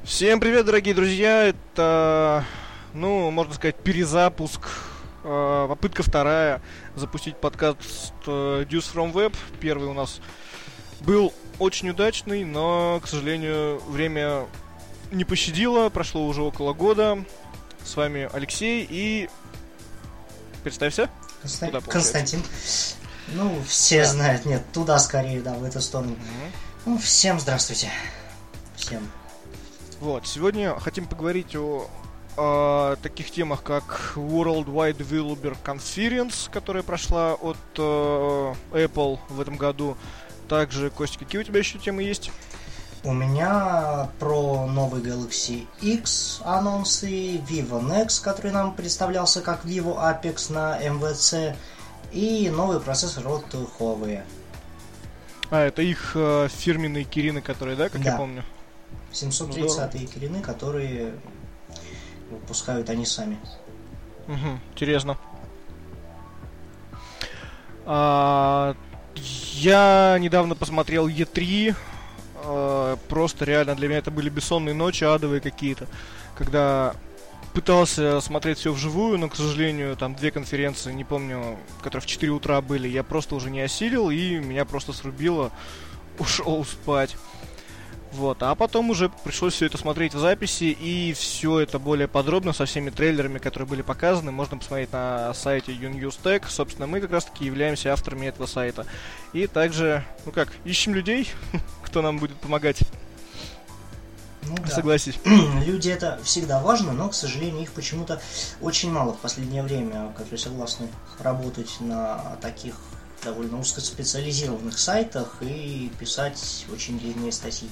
Всем привет, дорогие друзья! Это, можно сказать, перезапуск, попытка вторая запустить подкаст Deuce from Web. Первый у нас был очень удачный, но, к сожалению, время не пощадило, прошло уже около года. С вами Алексей и... Представься. Константин. Все знают, нет, туда скорее, в эту сторону. Всем здравствуйте. Всем. Вот, сегодня хотим поговорить о таких темах, как World Wide Developer Conference, которая прошла от Apple в этом году. Также, Костя, какие у тебя еще темы есть? У меня про новый Galaxy X анонсы, Vivo Nex, который нам представлялся как Vivo Apex на MWC, и новый процессор от Huawei. Это их фирменные Кирины, которые, как я помню? 730-е Кирины, которые выпускают они сами. Интересно. Я недавно посмотрел E3. Просто реально для меня это были бессонные ночи, адовые какие-то. Когда пытался смотреть все вживую, но, к сожалению, там две конференции, не помню, которые в 4 утра были, я просто уже не осилил, и меня просто срубило. Ушел спать. Вот, а потом уже пришлось все это смотреть в записи, и все это более подробно, со всеми трейлерами, которые были показаны, можно посмотреть на сайте UNewsTech. Собственно, мы как раз-таки являемся авторами этого сайта. И также, ищем людей, кто нам будет помогать. Согласись. Люди — это всегда важно, но, к сожалению, их почему-то очень мало в последнее время, которые согласны работать на таких довольно узкоспециализированных сайтах и писать очень длинные статьи.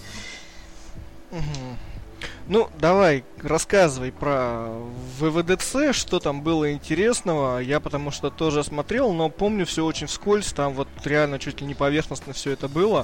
Давай, рассказывай про ВВДЦ, что там было интересного. Я потому что тоже смотрел, но помню все очень вскользь. Там вот реально чуть ли не поверхностно все это было.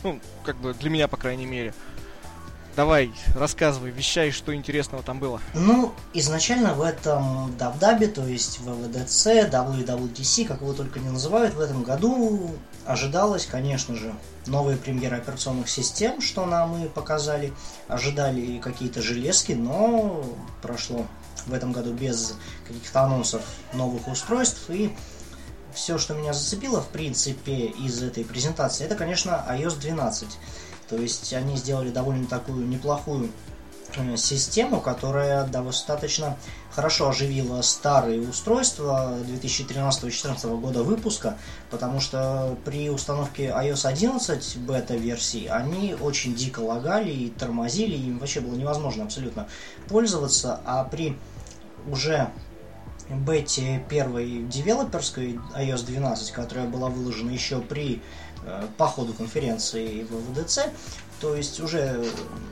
Для меня, по крайней мере. Давай, рассказывай, вещай, что интересного там было. Изначально в этом DAVDAB, то есть ВВДЦ, WWDC, как его только не называют, в этом году ожидалось, конечно же, новые премьеры операционных систем, что нам и показали. Ожидали какие-то железки, но прошло в этом году без каких-то анонсов новых устройств. И все, что меня зацепило, в принципе, из этой презентации, это, конечно, iOS 12. То есть они сделали довольно такую неплохую систему, которая достаточно хорошо оживила старые устройства 2013-2014 года выпуска, потому что при установке iOS 11 бета-версии они очень дико лагали и тормозили, им вообще было невозможно абсолютно пользоваться, а при уже бете первой девелоперской iOS 12, которая была выложена еще по ходу конференции в ВВДЦ, то есть уже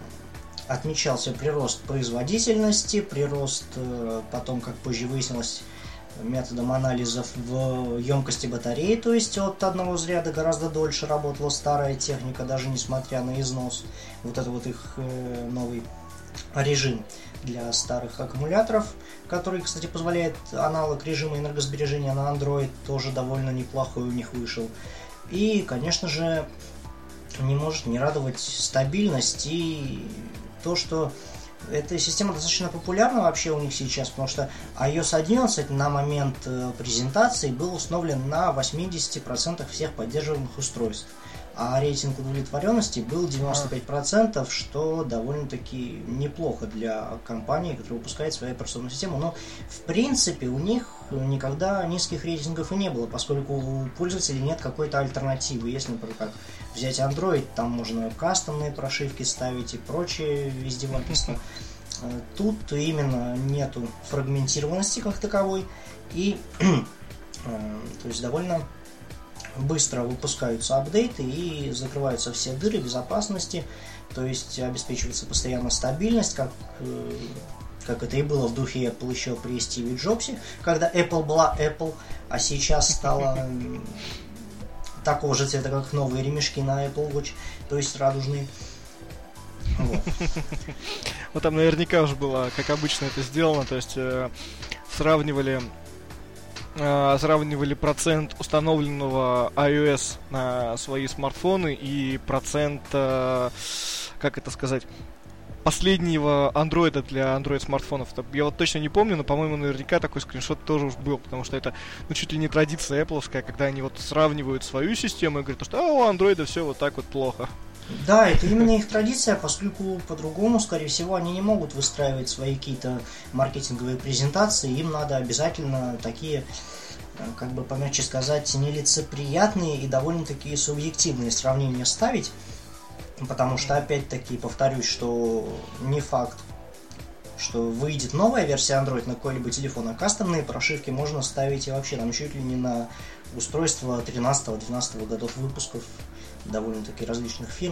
отмечался прирост производительности, прирост, потом, как позже выяснилось, методом анализов в емкости батареи, то есть от одного заряда гораздо дольше работала старая техника, даже несмотря на износ. Вот это вот их новый режим для старых аккумуляторов, который, кстати, позволяет аналог режима энергосбережения на Android, тоже довольно неплохой у них вышел. И, конечно же, не может не радовать стабильность и то, что эта система достаточно популярна вообще у них сейчас, потому что iOS 11 на момент презентации был установлен на 80% всех поддерживаемых устройств, а рейтинг удовлетворенности был 95%, что довольно-таки неплохо для компании, которая выпускает свою операционную систему. Но, в принципе, у них никогда низких рейтингов и не было, поскольку у пользователей нет какой-то альтернативы. Если, например, как взять Android, там можно кастомные прошивки ставить и прочее издевательство. Тут именно нету фрагментированности как таковой, и то есть довольно быстро выпускаются апдейты и закрываются все дыры безопасности, то есть обеспечивается постоянно стабильность, как это и было в духе Apple еще при Стиве Джобсе, когда Apple была Apple, а сейчас стала такого же цвета, как новые ремешки на Apple Watch, то есть радужные. Вот там наверняка уже было, как обычно, это сделано, то есть сравнивали процент установленного iOS на свои смартфоны и процент, последнего андроида для андроид-смартфонов. Я вот точно не помню, но, по-моему, наверняка такой скриншот тоже уж был, потому что это, ну, чуть ли не традиция Apple'овская, когда они вот сравнивают свою систему и говорят, что у андроида все вот так вот плохо. Да, это именно их традиция, поскольку по-другому, скорее всего, они не могут выстраивать свои какие-то маркетинговые презентации, им надо обязательно такие, как бы помягче сказать, нелицеприятные и довольно-таки субъективные сравнения ставить, потому что, опять-таки, повторюсь, что не факт, что выйдет новая версия Android на какой-либо телефон, а кастомные прошивки можно ставить и вообще там чуть ли не на устройства 13-12 годов выпусков довольно-таки различных фирм.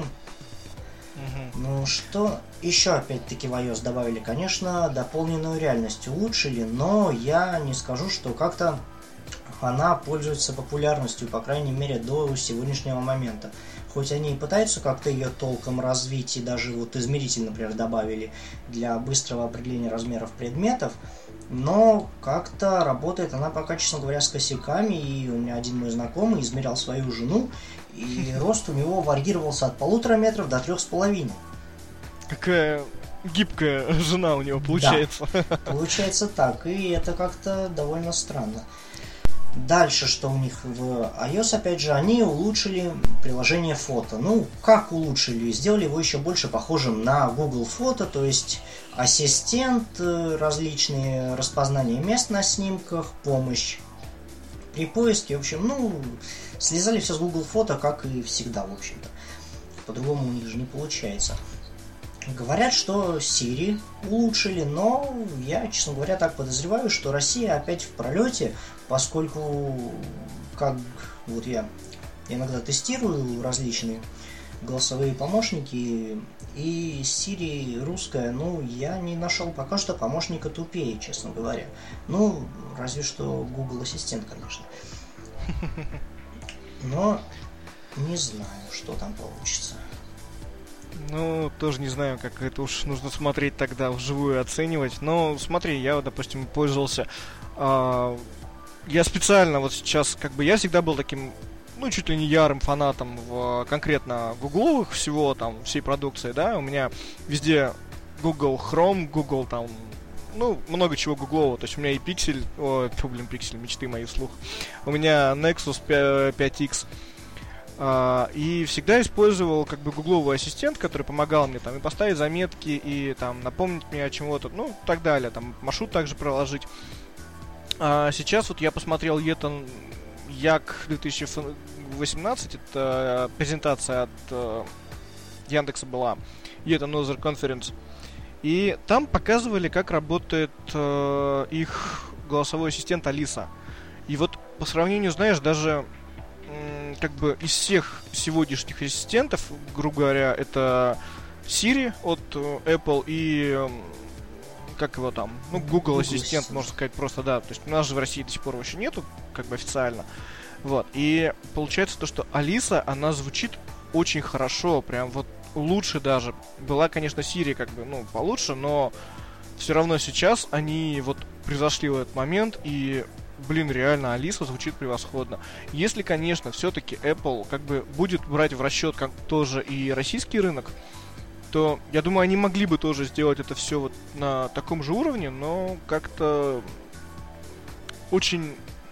Ну что еще опять-таки в iOS добавили? Конечно, дополненную реальность улучшили, но я не скажу, что как-то она пользуется популярностью, по крайней мере, до сегодняшнего момента. Хоть они и пытаются как-то ее толком развить, и даже вот измеритель, например, добавили для быстрого определения размеров предметов, но как-то работает она пока, честно говоря, с косяками, и у меня один мой знакомый измерял свою жену, и рост у него варьировался от 1,5 метров до 3,5. Какая гибкая жена у него получается. Да, получается так, и это как-то довольно странно. Дальше, что у них в iOS, опять же, они улучшили приложение фото. Ну, как улучшили? Сделали его еще больше похожим на Google Фото, то есть ассистент, различные распознания мест на снимках, помощь при поиске. В общем, ну, слезали все с Google Фото, как и всегда, в общем-то. По-другому у них же не получается. Говорят, что Siri улучшили, но я, честно говоря, так подозреваю, что Россия опять в пролете, поскольку, как вот я иногда тестирую различные голосовые помощники, и Siri русская, ну, я не нашел пока что помощника тупее, честно говоря. Ну, разве что Google Ассистент, конечно. Но не знаю, что там получится. Ну, тоже не знаю, как это уж нужно смотреть тогда, вживую оценивать. Но смотри, я, допустим, пользовался... я специально вот сейчас, как бы, я всегда был таким, ну, чуть ли не ярым фанатом конкретно гугловых всего, там, всей продукции, да. У меня везде Google Chrome, Google там, ну, много чего гуглового. То есть у меня и Pixel, Pixel, мечты мои вслух. У меня Nexus 5X. И всегда использовал как бы гугловый ассистент, который помогал мне там и поставить заметки, и там напомнить мне о чем-то, ну, так далее, там маршрут также проложить. А сейчас вот я посмотрел Як 2018, это презентация от Яндекса была, Yet Another Conference, и там показывали, как работает их голосовой ассистент Алиса. И вот по сравнению, знаешь, даже как бы из всех сегодняшних ассистентов, грубо говоря, это Siri от Apple и как его там, ну, Google ассистент, можно сказать, просто, да. То есть у нас же в России до сих пор еще нету, как бы официально. Вот. И получается то, что Алиса, она звучит очень хорошо, прям вот лучше даже. Была, конечно, Siri как бы, ну, получше, но все равно сейчас они вот превзошли в этот момент, и блин, реально, Алиса звучит превосходно. Если, конечно, все-таки Apple как бы будет брать в расчет как тоже и российский рынок, то, я думаю, они могли бы тоже сделать это все вот на таком же уровне, но как-то очень,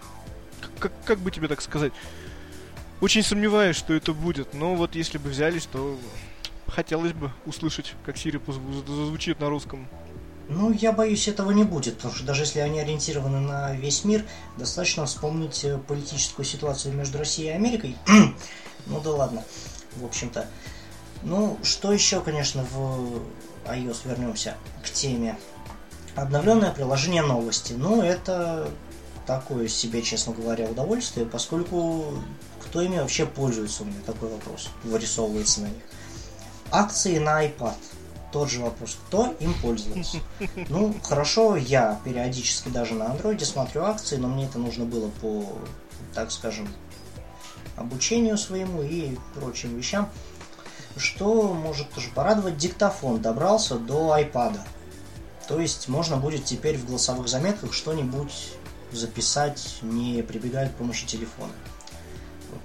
как бы тебе так сказать, очень сомневаюсь, что это будет. Но вот если бы взялись, то хотелось бы услышать, как Siri зазвучит на русском. Ну, я боюсь, этого не будет, потому что даже если они ориентированы на весь мир, достаточно вспомнить политическую ситуацию между Россией и Америкой. Ну да ладно, в общем-то. Ну, что еще, конечно, в iOS, вернемся к теме. Обновленное приложение новости. Ну, это такое себе, честно говоря, удовольствие, поскольку кто ими вообще пользуется, у меня такой вопрос вырисовывается на них. Акции на iPad. Тот же вопрос, кто им пользуется. Ну, хорошо, я периодически даже на андроиде смотрю акции, но мне это нужно было по, так скажем, обучению своему и прочим вещам. Что может тоже порадовать, диктофон добрался до iPad. То есть можно будет теперь в голосовых заметках что-нибудь записать, не прибегая к помощи телефона.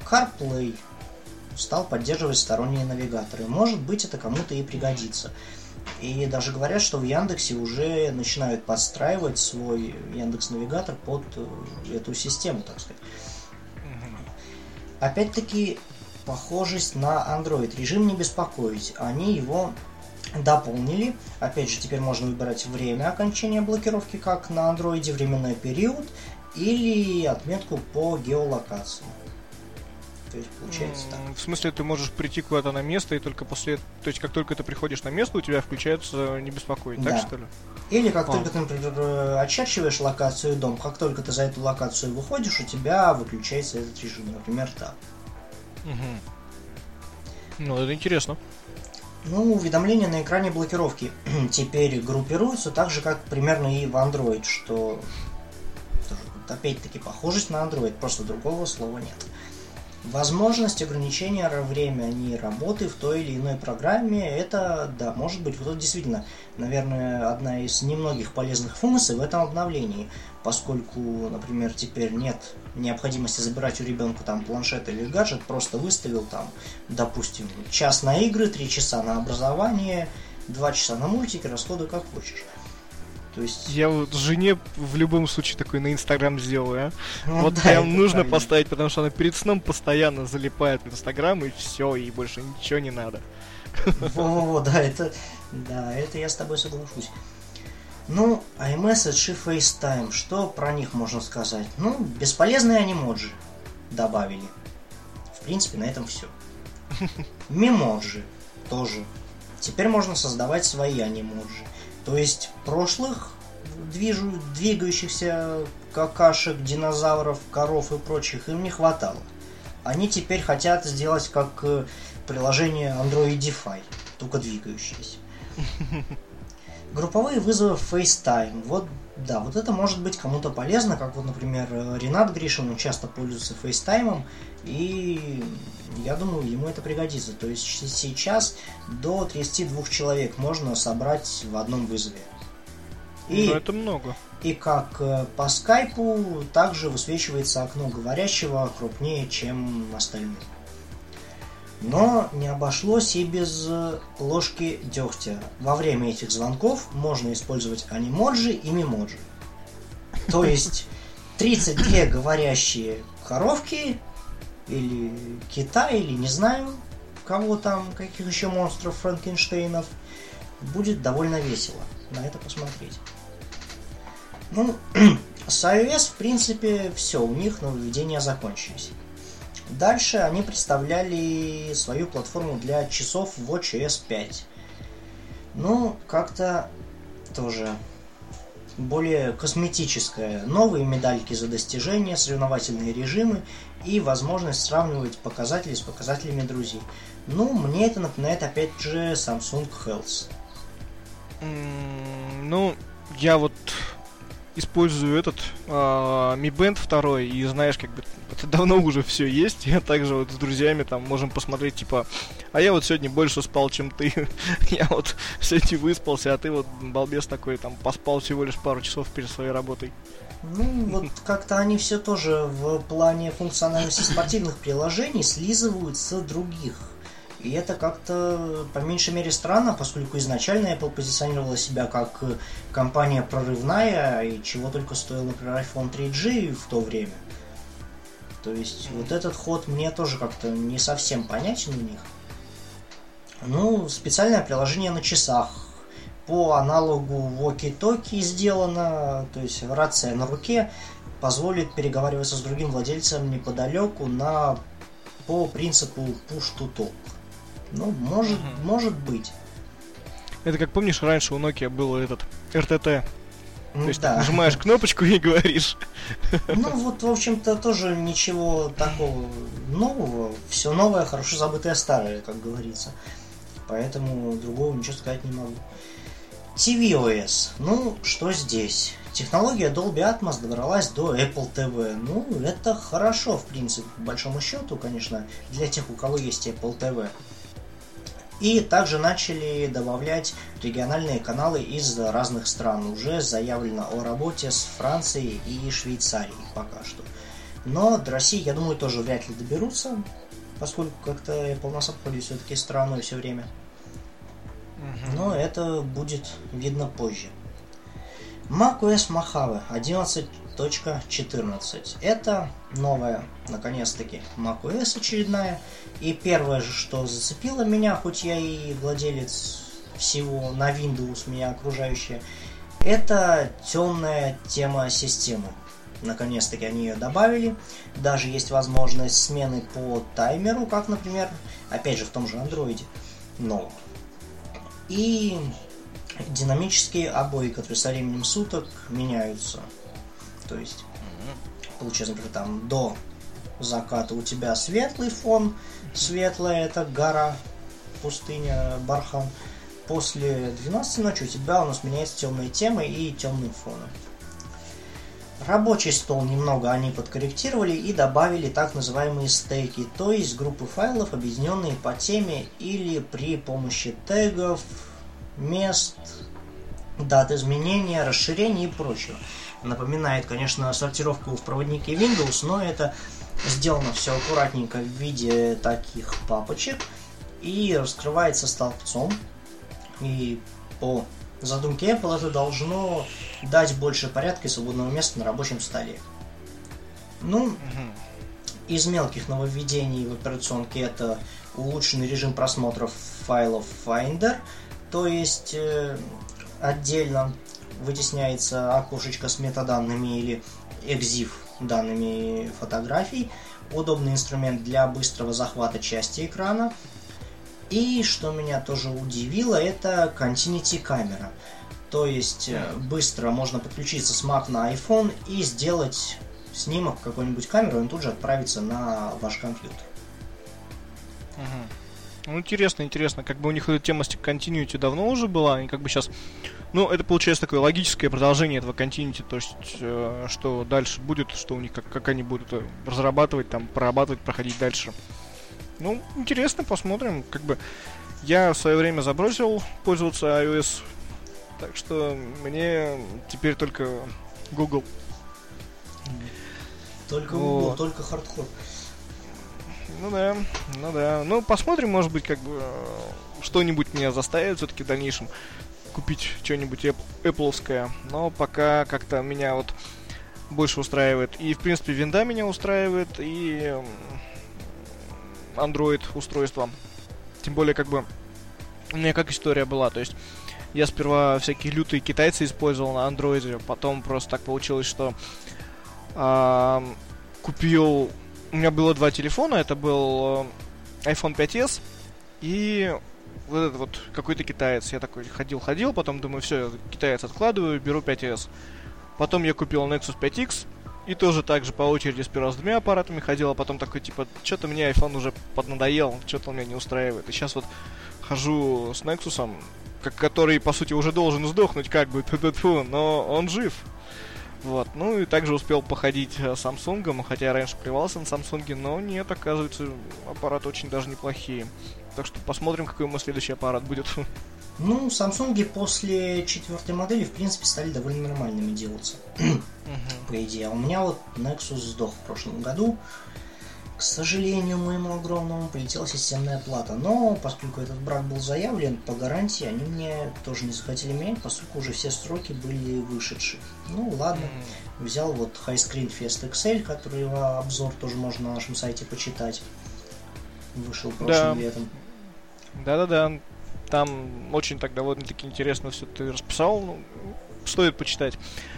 CarPlay стал поддерживать сторонние навигаторы. Может быть, это кому-то и пригодится. И даже говорят, что в Яндексе уже начинают подстраивать свой Яндекс.Навигатор под эту систему, так сказать. Опять-таки, похожесть на Android. Режим не беспокоить. Они его дополнили. Опять же, теперь можно выбирать время окончания блокировки, как на Android, временной период, или отметку по геолокации. То есть получается так. В смысле, ты можешь прийти куда-то на место, и только после... То есть, как только ты приходишь на место, у тебя включается не беспокоить, да. Так что ли? Или как только ты, например, очерчиваешь локацию дом, как только ты за эту локацию выходишь, у тебя выключается этот режим, например, так. Ну, это интересно. Ну, уведомления на экране блокировки теперь группируются так же, как примерно и в Android, что тоже, опять-таки, похожесть на Android, просто другого слова нет. Возможность ограничения времени работы в той или иной программе, это, да, может быть, вот действительно, наверное, одна из немногих полезных функций в этом обновлении, поскольку, например, теперь нет необходимости забирать у ребенка там планшет или гаджет, просто выставил там, допустим, час на игры, 3 часа на образование, 2 часа на мультики, расходуй как хочешь. То есть... Я вот жене в любом случае такой на Инстаграм сделаю, а? Ну, вот да, прям нужно правильно поставить, потому что она перед сном постоянно залипает в Инстаграм, и все, ей больше ничего не надо. Во-во-во, да, это я с тобой соглашусь. Ну, iMessage и FaceTime, что про них можно сказать? Ну, бесполезные анимоджи добавили. В принципе, на этом все. Мемоджи тоже. Теперь можно создавать свои анимоджи. То есть прошлых двигающихся какашек, динозавров, коров и прочих им не хватало. Они теперь хотят сделать как приложение Androidify, только двигающееся. Групповые вызовы в FaceTime. Вот, да, вот это может быть кому-то полезно, как вот, например, Ренат Гришин, он часто пользуется FaceTime, и я думаю, ему это пригодится. То есть сейчас до 32 человек можно собрать в одном вызове. Ну, это много. И как по скайпу, также высвечивается окно говорящего крупнее, чем остальные. Но не обошлось и без ложки дегтя. Во время этих звонков можно использовать анимоджи и мемоджи. То есть 32 говорящие коровки или кита, или не знаю кого там, каких еще монстров Франкенштейнов. Будет довольно весело на это посмотреть. Ну, с iOS в принципе все, у них нововведения закончились. Дальше они представляли свою платформу для часов WatchOS 5. Ну, как-то тоже более косметическое. Новые медальки за достижения, соревновательные режимы и возможность сравнивать показатели с показателями друзей. Ну, мне это напоминает опять же Samsung Health. Ну, я вот использую этот Mi Band 2, и знаешь, как бы это давно уже все есть. Я также вот с друзьями там можем посмотреть, типа, а я вот сегодня больше спал, чем ты. Я вот сегодня выспался, а ты вот балбес такой, там, поспал всего лишь пару часов перед своей работой. Ну, вот как-то они все тоже в плане функциональности спортивных приложений слизывают с других. И это как-то по меньшей мере странно, поскольку изначально Apple позиционировала себя как компания прорывная, и чего только стоил, например, iPhone 3G в то время. То есть вот этот ход мне тоже как-то не совсем понятен у них. Ну, специальное приложение на часах. По аналогу walkie-talkie сделано, то есть рация на руке позволит переговариваться с другим владельцем неподалеку по принципу push-to-talk. Ну, может быть. Это как помнишь, раньше у Nokia был этот RTT. То есть да. Ты нажимаешь кнопочку и говоришь. Ну вот, в общем-то, тоже ничего такого нового. Все новое, хорошо забытое старое, как говорится. Поэтому другого ничего сказать не могу. tvOS. Ну, что здесь? Технология Dolby Atmos добралась до Apple TV. Ну, это хорошо, в принципе, по большому счету, конечно, для тех, у кого есть Apple TV. И также начали добавлять региональные каналы из разных стран. Уже заявлено о работе с Францией и Швейцарией пока что. Но до России, я думаю, тоже вряд ли доберутся, поскольку как-то Apple нас обходит все-таки страной все время. Но это будет видно позже. macOS Mojave 11.14. Это новая, наконец-таки, macOS очередная. И первое же, что зацепило меня, хоть я и владелец всего на Windows меня окружающее, это темная тема системы. Наконец-таки они ее добавили. Даже есть возможность смены по таймеру, как, например, опять же в том же Android. Но. И динамические обои, которые со временем суток меняются. То есть, получается, например, там до заката у тебя светлый фон. Светлая это гора, пустыня, бархан. После 12 ночи у тебя у нас меняется темные темы и темные фоны. Рабочий стол немного они подкорректировали и добавили так называемые стейки, то есть группы файлов, объединенные по теме или при помощи тегов, мест, дат изменения, расширений и прочего. Напоминает, конечно, сортировку в проводнике Windows, но это сделано все аккуратненько в виде таких папочек и раскрывается столбцом. И по задумке Apple это должно дать больше порядка и свободного места на рабочем столе. Ну, из мелких нововведений в операционке это улучшенный режим просмотра файлов Finder, то есть отдельно вытесняется окошечко с метаданными или EXIF данными фотографий, удобный инструмент для быстрого захвата части экрана. И что меня тоже удивило, это Continuity камера. То есть быстро можно подключиться с Mac на iPhone и сделать снимок какой-нибудь камеры, и он тут же отправится на ваш компьютер. Ну, интересно, как бы у них эта тема с Continuity давно уже была, и как бы сейчас, ну, это получается такое логическое продолжение этого Continuity, то есть, что дальше будет, что у них, как они будут разрабатывать, там, прорабатывать, проходить дальше. Ну, интересно, посмотрим. Как бы я в свое время забросил пользоваться iOS, так что мне теперь только Google. Только Google, только хардкор. Ну да. Ну, посмотрим, может быть, как бы что-нибудь меня заставит все-таки в дальнейшем купить что-нибудь Apple-овское. Но пока как-то меня вот больше устраивает. И, в принципе, винда меня устраивает, и Android устройства. Тем более, как бы, у меня как история была, то есть я сперва всякие лютые китайцы использовал на андроиде, потом просто так получилось, что купил... У меня было два телефона, это был iPhone 5s и вот этот вот какой-то китаец. Я такой ходил, потом думаю, все, китаец откладываю, беру 5s. Потом я купил Nexus 5X, и тоже так же по очереди сперва с двумя аппаратами ходил, а потом такой, типа, что-то мне iPhone уже поднадоел, что-то он меня не устраивает. И сейчас вот хожу с Nexus'ом, который, по сути, уже должен сдохнуть, как бы, но он жив. Вот, ну и также успел походить с Samsung, хотя я раньше плевался на Samsung, но нет, оказывается, аппараты очень даже неплохие. Так что посмотрим, какой у меня следующий аппарат будет. Ну, Samsung после четвертой модели, в принципе, стали довольно нормальными делаться. По идее. А у меня вот Nexus сдох в прошлом году. К сожалению, моему огромному полетела системная плата. Но, поскольку этот брак был заявлен по гарантии, они мне тоже не захотели менять, поскольку уже все сроки были вышедшие. Ну, ладно. Взял вот High Screen Fest XL, который обзор тоже можно на нашем сайте почитать. Вышел прошлым летом. Да. Там очень так довольно-таки интересно все ты расписал. Ну, стоит почитать.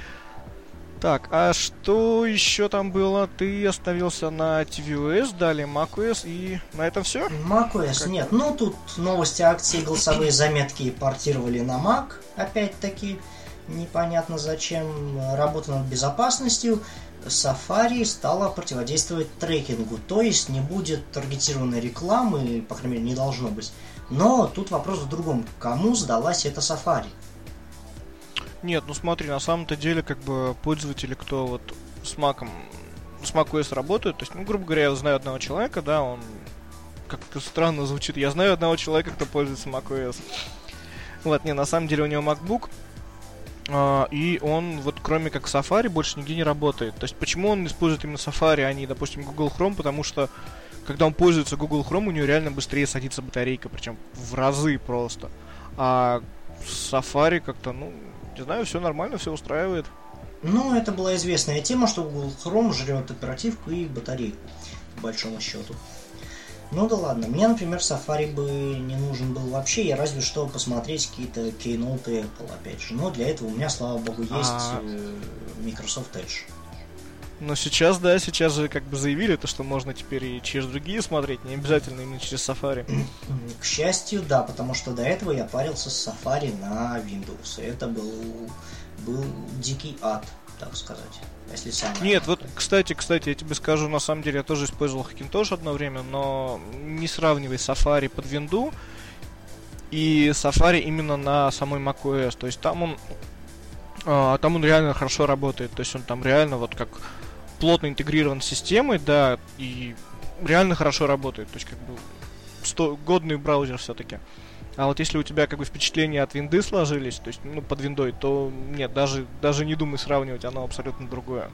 Так, а что еще там было? Ты остановился на tvOS, далее macOS, и на этом все? macOS нет. Ну, тут новости акции, голосовые заметки портировали на Mac, опять-таки. Непонятно зачем. Работа над безопасностью. Safari стала противодействовать трекингу, то есть не будет таргетированной рекламы, по крайней мере, не должно быть. Но тут вопрос в другом. Кому сдалась эта Safari? Нет, ну смотри, на самом-то деле, как бы, пользователи, кто вот с macOS работают, то есть, ну, грубо говоря, я знаю одного человека, да, он как-то странно звучит, я знаю одного человека, кто пользуется macOS. Вот, не, на самом деле у него MacBook, и он вот кроме как Safari больше нигде не работает. То есть почему он использует именно Safari, а не, допустим, Google Chrome? Потому что когда он пользуется Google Chrome, у него реально быстрее садится батарейка, причем в разы просто. А Safari как-то, ну, не знаю, все нормально, все устраивает. Ну, это была известная тема, что Google Chrome жрет оперативку и батарейку, по большому счету. Ну да ладно, мне, например, Safari бы не нужен был вообще, я разве что посмотреть какие-то Keynote Apple, опять же. Но для этого у меня, слава богу, есть Microsoft Edge. Но сейчас, да, сейчас же как бы заявили то, что можно теперь и через другие смотреть, не обязательно именно через Safari. К счастью, да, потому что до этого я парился с Safari на Windows, и это был дикий ад, так сказать. Если сам. Нет, вот, кстати, я тебе скажу, на самом деле, я тоже использовал Hackintosh одно время, но не сравнивай Safari под Windows и Safari именно на самой macOS. То есть там он реально хорошо работает. То есть он там реально вот как плотно интегрирован с системой, да, и реально хорошо работает. То есть как бы годный браузер все-таки. А вот если у тебя как бы впечатления от винды сложились, то есть, ну, под виндой, то нет, даже не думай сравнивать, оно абсолютно другое.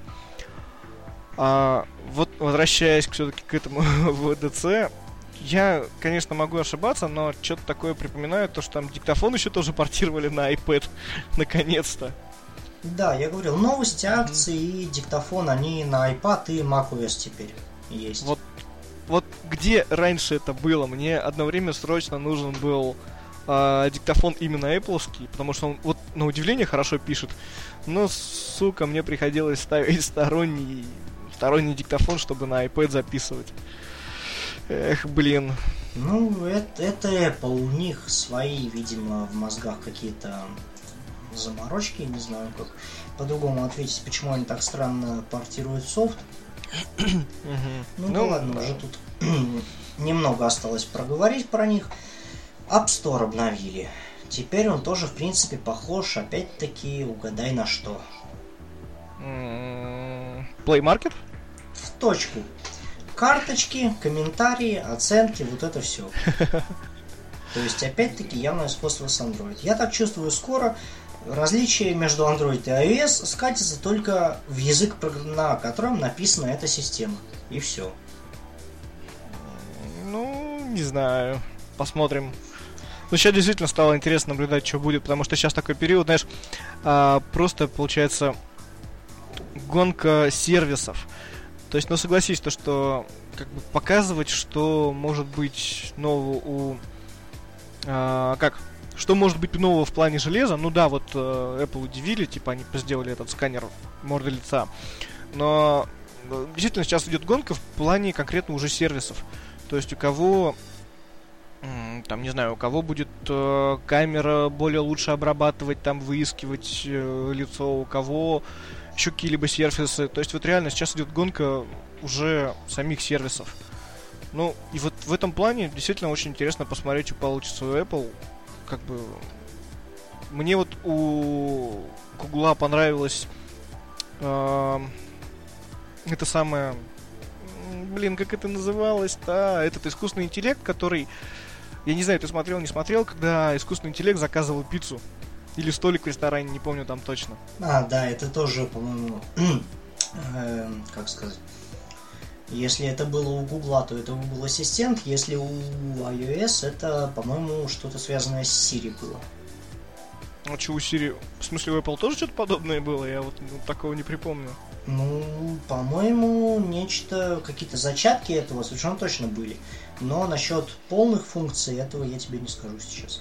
Вот возвращаясь все-таки к этому VDC, я, конечно, могу ошибаться, но что-то такое припоминаю, то, что там диктофон еще тоже портировали на iPad, наконец-то. Да, я говорил, новости, акции и диктофон, они на iPad и macOS теперь есть. Вот где раньше это было? Мне одно время срочно нужен был диктофон именно Apple'ский, потому что он вот на удивление хорошо пишет. Но, сука, мне приходилось ставить сторонний диктофон, чтобы на iPad записывать. Эх, блин. Ну, это Apple, у них свои, видимо, в мозгах какие-то заморочки, не знаю, как по-другому ответить, почему они так странно портируют софт. Ну ладно, уже тут немного осталось проговорить про них. App Store обновили. Теперь он тоже, в принципе, похож, опять-таки, угадай на что. Play Market? В точку. Карточки, комментарии, оценки, вот это все. То есть, опять-таки, явное сходство с Android. Я так чувствую, скоро различие между Android и iOS скатится только в язык, на котором написана эта система. И все. Ну, не знаю. Посмотрим. Ну, сейчас действительно стало интересно наблюдать, что будет, потому что сейчас такой период, знаешь, просто получается гонка сервисов. То есть, ну, согласись, то, что как бы показывать, что может быть нового что может быть нового в плане железа. Ну да, вот Apple удивили, типа они сделали этот сканер морды лица. Но действительно сейчас идет гонка в плане конкретно уже сервисов. То есть у кого там, не знаю, у кого будет камера более лучше обрабатывать, там, выискивать лицо, у кого еще какие-либо сервисы. То есть вот реально сейчас идет гонка уже самих сервисов. Ну, и вот в этом плане действительно очень интересно посмотреть, что получится у Apple. Как бы мне вот у Гугла понравилось это самое... Блин, как это называлось-то? Этот искусственный интеллект, который... Я не знаю, ты смотрел, не смотрел, когда искусственный интеллект заказывал пиццу. Или столик в ресторане, не помню там точно. Да, это тоже, по-моему... как сказать... Если это было у Гугла, то это Google Ассистент. Если у iOS, это, по-моему, что-то связанное с Siri было. А что у Siri... В смысле, у Apple тоже что-то подобное было? Я вот такого не припомню. Ну, по-моему, какие-то зачатки этого совершенно точно были. Но насчет полных функций этого я тебе не скажу сейчас.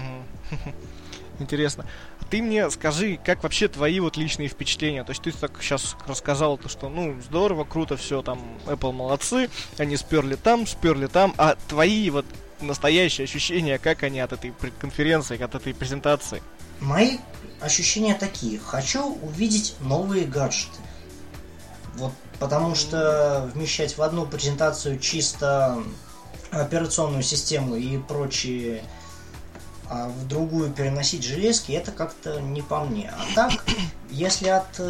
Интересно. Ты мне скажи, как вообще твои вот личные впечатления? То есть ты так сейчас рассказал, то, что, ну, здорово, круто, все, там, Apple молодцы, они сперли там, а твои вот настоящие ощущения, как они от этой конференции, от этой презентации? Мои ощущения такие. Хочу увидеть новые гаджеты. Вот, потому что вмещать в одну презентацию чисто операционную систему и прочие, а в другую переносить железки, это как-то не по мне. А так, если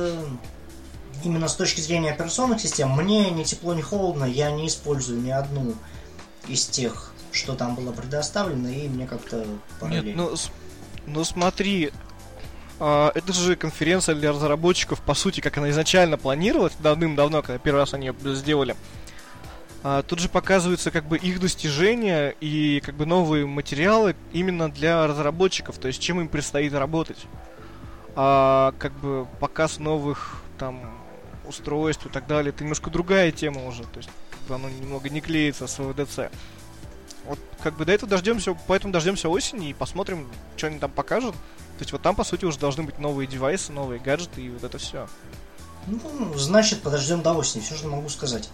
именно с точки зрения операционных систем, мне ни тепло, ни холодно, я не использую ни одну из тех, что там было предоставлено, и мне как-то параллельно. Нет, ну смотри, это же конференция для разработчиков, по сути, как она изначально планировалась давным-давно, когда первый раз они ее сделали. Тут же показываются как бы их достижения и как бы новые материалы именно для разработчиков, то есть чем им предстоит работать. Как бы показ новых там устройств и так далее, это немножко другая тема уже, то есть как бы оно немного не клеится с ВВДЦ. Вот как бы до этого дождемся, поэтому дождемся осени и посмотрим, что они там покажут. То есть вот там, по сути, уже должны быть новые девайсы, новые гаджеты и вот это все. Ну, значит, подождем до осени, все же могу сказать.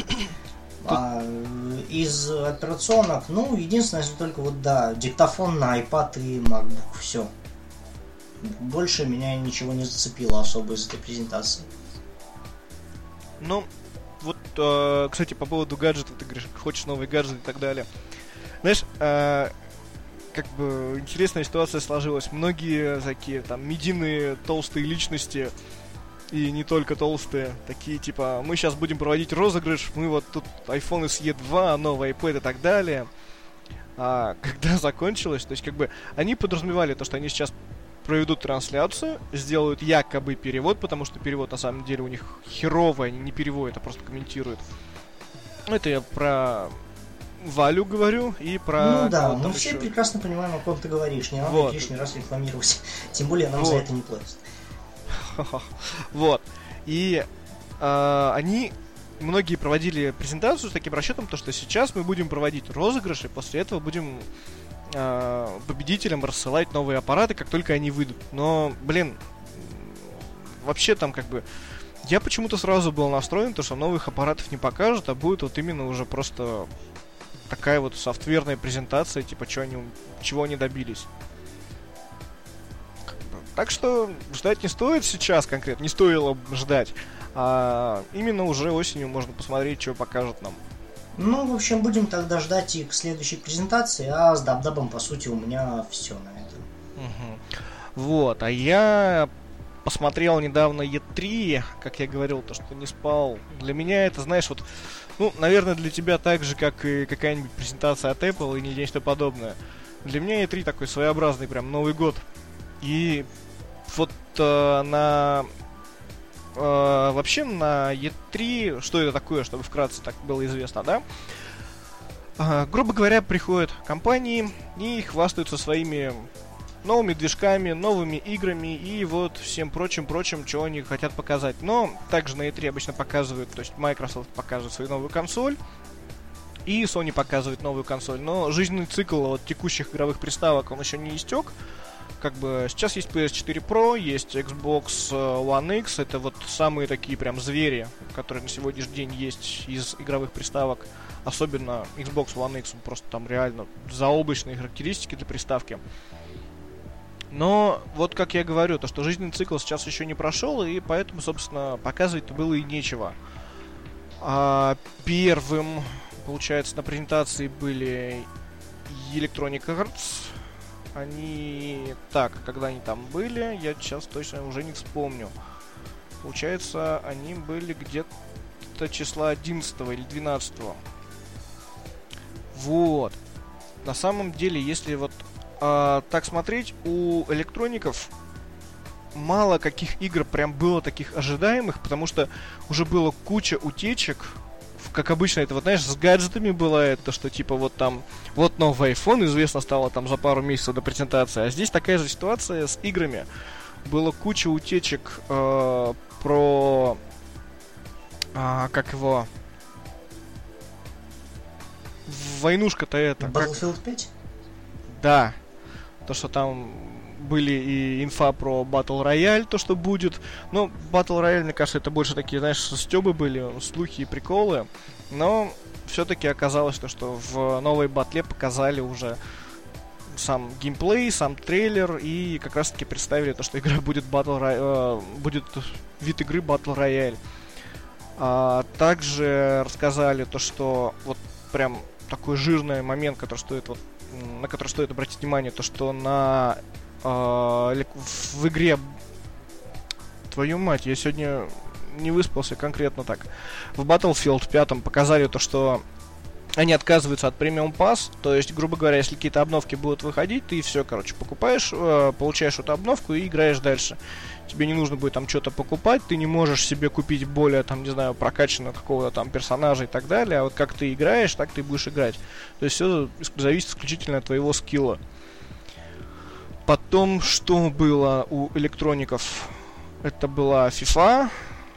Из операционок, ну, единственное, если только вот, да, диктофон на iPad и MacBook, все. Больше меня ничего не зацепило особо из этой презентации. Ну, вот, кстати, по поводу гаджетов, ты говоришь, хочешь новый гаджет и так далее. Знаешь, как бы интересная ситуация сложилась. Многие такие там медийные толстые личности, и не только толстые, такие типа, мы сейчас будем проводить розыгрыш, мы вот тут iPhone SE 2, новый iPad и так далее. Когда закончилось, то есть как бы они подразумевали то, что они сейчас проведут трансляцию, сделают якобы перевод, потому что перевод на самом деле у них херовый, они не переводят, а просто комментируют. Это я про Валю говорю и про... Ну да, мы все прекрасно понимаем, о ком ты говоришь, не надо вот лишний раз рекламировать, тем более нам за это не платят. Вот. И они, многие проводили презентацию с таким расчетом, то, что сейчас мы будем проводить розыгрыши, после этого будем победителям рассылать новые аппараты, как только они выйдут. Но, блин, вообще там как бы... Я почему-то сразу был настроен, то, что новых аппаратов не покажут, а будет вот именно уже просто такая вот софтверная презентация, типа, чего они добились. Так что ждать не стоит сейчас конкретно, не стоило ждать. Именно уже осенью можно посмотреть, что покажут нам. Ну, в общем, будем тогда ждать и к следующей презентации, а с дабдабом, по сути, у меня все на этом. Вот, а я посмотрел недавно E3, как я говорил, то, что не спал. Для меня это, знаешь, вот, ну, наверное, для тебя так же, как и какая-нибудь презентация от Apple и нечто подобное. Для меня E3 такой своеобразный прям Новый год. И вот вообще на E3, что это такое, чтобы вкратце так было известно, да? Грубо говоря, приходят компании и хвастаются своими новыми движками, новыми играми и вот всем прочим, что они хотят показать. Но также на E3 обычно показывают, то есть Microsoft показывает свою новую консоль, и Sony показывает новую консоль. Но жизненный цикл вот текущих игровых приставок, он еще не истек. Как бы сейчас есть PS4 Pro, есть Xbox One X, это вот самые такие прям звери, которые на сегодняшний день есть из игровых приставок. Особенно Xbox One X, он просто там реально заоблачные характеристики для приставки. Но вот как я говорю, то что жизненный цикл сейчас еще не прошел, и поэтому, собственно, показывать-то было и нечего. Первым, получается, на презентации были Electronic Arts. Они... Так, когда они там были, я сейчас точно уже не вспомню. Получается, они были где-то числа 11 или 12. Вот. На самом деле, если вот так смотреть, у электроников мало каких игр прям было таких ожидаемых, потому что уже было куча утечек. Как обычно, это вот, знаешь, с гаджетами бывает, то, что типа вот там, вот новый iPhone известно стало там за пару месяцев до презентации, а здесь такая же ситуация с играми. Было куча утечек про... как его... Войнушка-то это... Battlefield 5? Да. То, что там были и инфа про Battle Royale, то, что будет. Но Battle Royale, мне кажется, это больше такие, знаешь, стёбы были, слухи и приколы. Но все-таки оказалось, что в новой батле показали уже сам геймплей, сам трейлер, и как раз-таки представили то, что игра будет будет вид игры Battle Royale. Также рассказали то, что вот прям такой жирный момент, на который стоит обратить внимание, то, что в игре... Твою мать, я сегодня не выспался конкретно так. В Battlefield 5 показали то, что они отказываются от премиум пасс, то есть, грубо говоря, если какие-то обновки будут выходить, ты все, короче, покупаешь, получаешь эту обновку и играешь дальше. Тебе не нужно будет там что-то покупать, ты не можешь себе купить более, там, не знаю, прокачанного какого-то там персонажа и так далее, а вот как ты играешь, так ты будешь играть. То есть все зависит исключительно от твоего скилла. Потом, что было у электроников? Это была FIFA,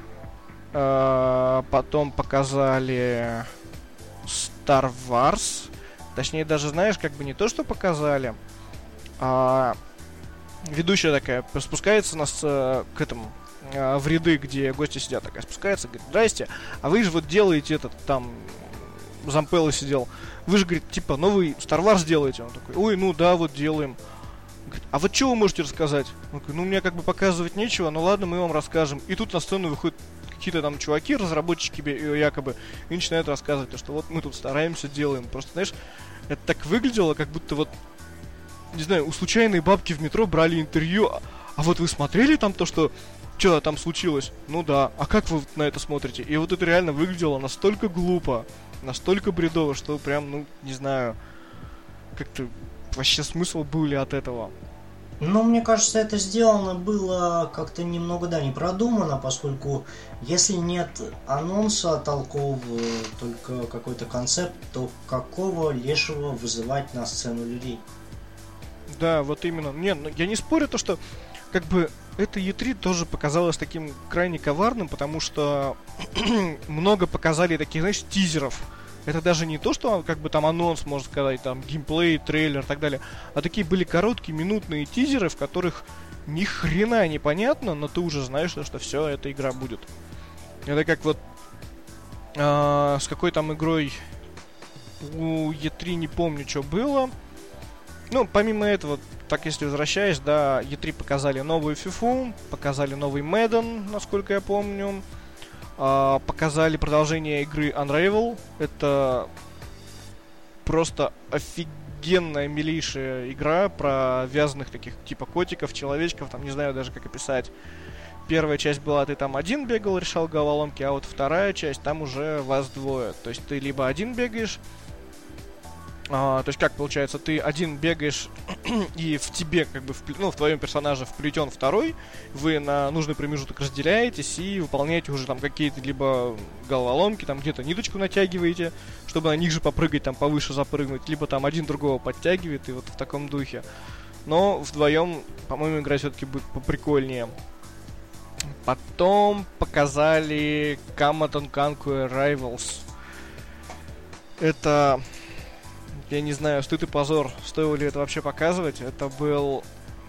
потом показали Star Wars. Точнее, даже, знаешь, как бы не то, что показали, а ведущая такая спускается к этому, в ряды, где гости сидят, такая спускается, говорит: здрасте, а вы же вот делаете этот, там, Зампелло сидел, вы же, говорит, типа, новый Star Wars делаете? Он такой: ой, ну да, вот делаем. Говорит: а вот что вы можете рассказать? Он такой: ну, мне как бы показывать нечего, ну ладно, мы вам расскажем. И тут на сцену выходят какие-то там чуваки, разработчики якобы, и начинают рассказывать, что вот мы тут стараемся, делаем. Просто, знаешь, это так выглядело, как будто вот, не знаю, у случайной бабки в метро брали интервью. А вот вы смотрели там то, что там случилось? Ну да. А как вы на это смотрите? И вот это реально выглядело настолько глупо, настолько бредово, что прям, ну, не знаю, как-то вообще смысл был ли от этого. Ну, мне кажется, это сделано было как-то немного, да, не продумано, поскольку если нет анонса толкового, только какой-то концепт, то какого лешего вызывать на сцену людей? Да, вот именно. Не, ну, я не спорю то, что как бы это E3 тоже показалось таким крайне коварным, потому что много показали таких, знаешь, тизеров. Это даже не то, что как бы там анонс, можно сказать, там геймплей, трейлер и так далее, а такие были короткие минутные тизеры, в которых ни хрена не понятно, но ты уже знаешь, что все, эта игра будет. Это как вот с какой там игрой у E3 не помню, что было. Ну, помимо этого, так если возвращаясь, да, E3 показали новую FIFA, показали новый Madden, насколько я помню. Показали продолжение игры Unravel. Это просто офигенная, милейшая игра про вязаных таких типа котиков, человечков, там не знаю даже как описать. Первая часть была, ты там один бегал, решал головоломки, а вот вторая часть, там уже вас двое. То есть ты либо один бегаешь, то есть как получается, ты один бегаешь и в тебе, как бы, в твоем персонаже вплетен второй, вы на нужный промежуток разделяетесь и выполняете уже там какие-то либо головоломки, там где-то ниточку натягиваете, чтобы на них же попрыгать, там повыше запрыгнуть, либо там один другого подтягивает, и вот в таком духе. Но вдвоем, по-моему, игра все-таки будет поприкольнее. Потом показали Command & Conquer Rivals. Это... Я не знаю, стыд и позор, стоило ли это вообще показывать. Это был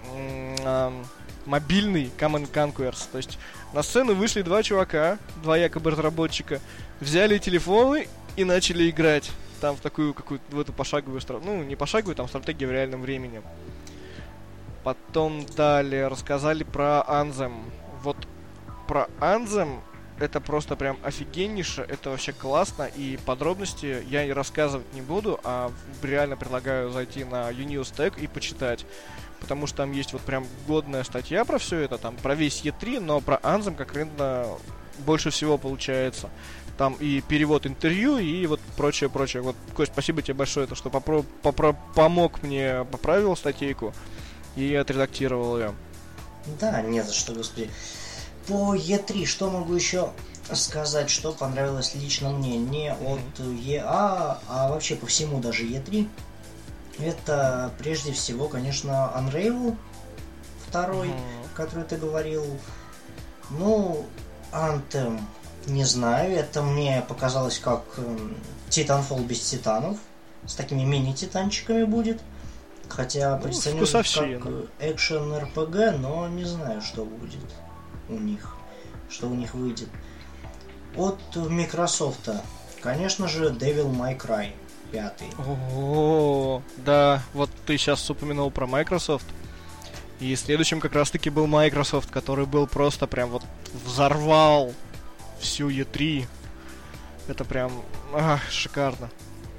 мобильный Command & Conquers. То есть на сцену вышли два чувака, два якобы разработчика, взяли телефоны и начали играть. Там в такую какую-то, в эту пошаговую стратегию. Ну, не пошаговую, там стратегия в реальном времени. Потом далее рассказали про Anthem. Вот про Anthem это просто прям офигеннейше, это вообще классно, и подробности я и рассказывать не буду, а реально предлагаю зайти на Unewstech и почитать, потому что там есть вот прям годная статья про все это, там про весь E3, но про Anthem как раз больше всего получается. Там и перевод интервью, и вот прочее. Вот, Кость, спасибо тебе большое, то, что помог мне, поправил статейку и отредактировал ее. Да, не за что, господи. По E3, что могу еще сказать, что понравилось лично мне? Не от EA, а вообще по всему даже E3. Это прежде всего, конечно, Unravel 2, который ты говорил. Ну, Anthem, не знаю, это мне показалось как Titanfall без титанов. С такими мини-титанчиками будет. Хотя позиционирует как экшен-РПГ, но не знаю, что будет у них, что у них выйдет. От Microsoft, конечно же, Devil May Cry 5. О, да, вот ты сейчас упомянул про Microsoft. И следующим как раз-таки был Microsoft, который был просто прям вот взорвал всю E3. Это прям шикарно.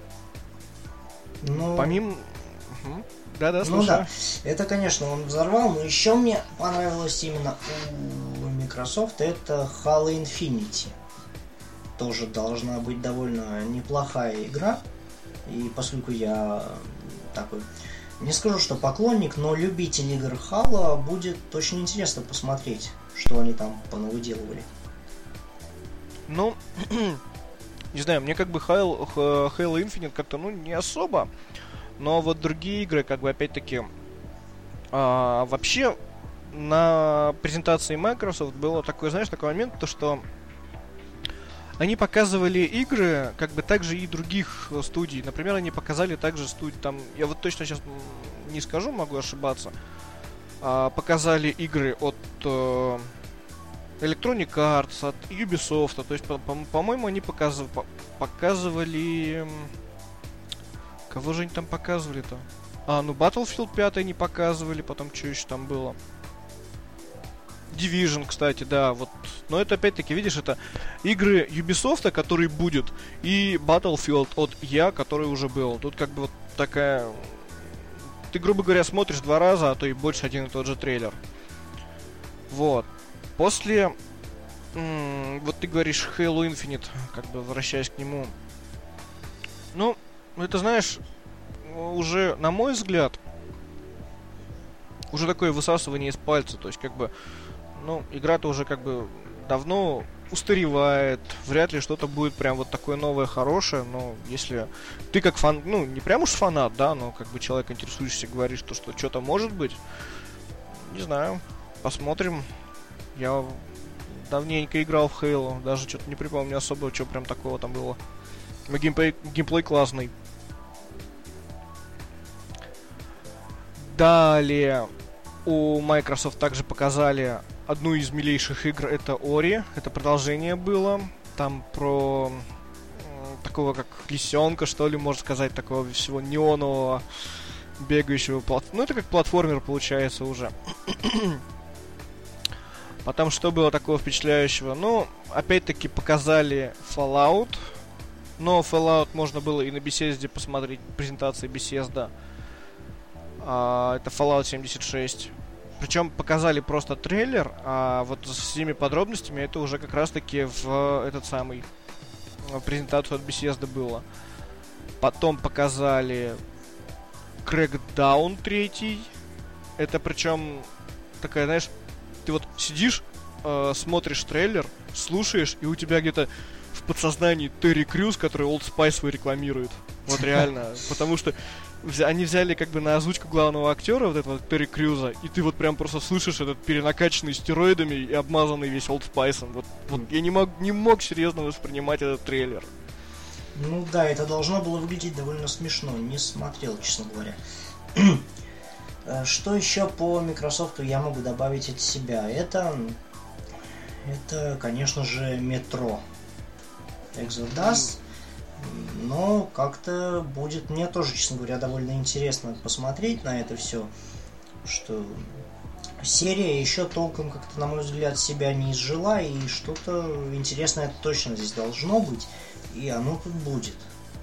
Ну, помимо... Да, слушай. Ну да, это, конечно, он взорвал, но еще мне понравилось именно у Microsoft, это Halo Infinity. Тоже должна быть довольно неплохая игра. И поскольку я такой, не скажу, что поклонник, но любитель игр Halo, будет очень интересно посмотреть, что они там понавыделывали. Ну, не знаю, мне как бы Halo Infinite как-то, не особо. Но вот другие игры, как бы, опять-таки... вообще, на презентации Microsoft было такой, знаешь, такой момент, то что... Они показывали игры, как бы, также и других студий. Например, они показали также студии, там... Я вот точно сейчас не скажу, могу ошибаться. Показали игры от... Electronic Arts, от Ubisoft, то есть, по-моему, они показывали... Кого же они там показывали-то? Battlefield 5 не показывали, потом что еще там было? Division, кстати, да, вот. Но это опять-таки, видишь, это игры Ubisoft, который будет, и Battlefield от EA, который уже был. Тут как бы вот такая... Ты, грубо говоря, смотришь 2 раза, а то и больше один и тот же трейлер. Вот. После... вот ты говоришь Halo Infinite, как бы возвращаясь к нему. Это, знаешь, уже, на мой взгляд, уже такое высасывание из пальца. То есть, как бы, игра-то уже, как бы, давно устаревает. Вряд ли что-то будет прям вот такое новое, хорошее. Но если ты как фан... не прям уж фанат, да, но как бы человек, интересующийся, говорит, что что-то может быть. Не знаю. Посмотрим. Я давненько играл в Halo. Даже что-то не припомню особо, что прям такого там было. Но геймплей классный. Далее у Microsoft также показали одну из милейших игр, это Ori. Это продолжение было. Там про такого как лисенка, что ли, можно сказать, такого всего неонового, бегающего. Это как платформер получается уже. Потом что было такого впечатляющего? Опять-таки показали Fallout. Но Fallout можно было и на Bethesda посмотреть, презентации Bethesda. Это Fallout 76. Причем показали просто трейлер, а вот с всеми подробностями это уже как раз-таки в презентацию от Bethesda было. Потом показали Crackdown 3. Это причем такая, знаешь, ты вот сидишь, смотришь трейлер, слушаешь, и у тебя где-то в подсознании Терри Крюс, который Old Spice свой рекламирует. Вот реально. Потому что они взяли как бы на озвучку главного актера, вот этого Терри Крюза, и ты вот прям просто слышишь этот перенакачанный стероидами и обмазанный весь Old Spice. Вот я не мог серьезно воспринимать этот трейлер. Да, это должно было выглядеть довольно смешно. Не смотрел, честно говоря. Что еще по Microsoft я могу добавить от себя? Это, конечно же, Metro Exodus. Но как-то будет мне тоже, честно говоря, довольно интересно посмотреть на это все. Что серия еще толком как-то, на мой взгляд, себя не изжила. И что-то интересное точно здесь должно быть. И оно тут будет.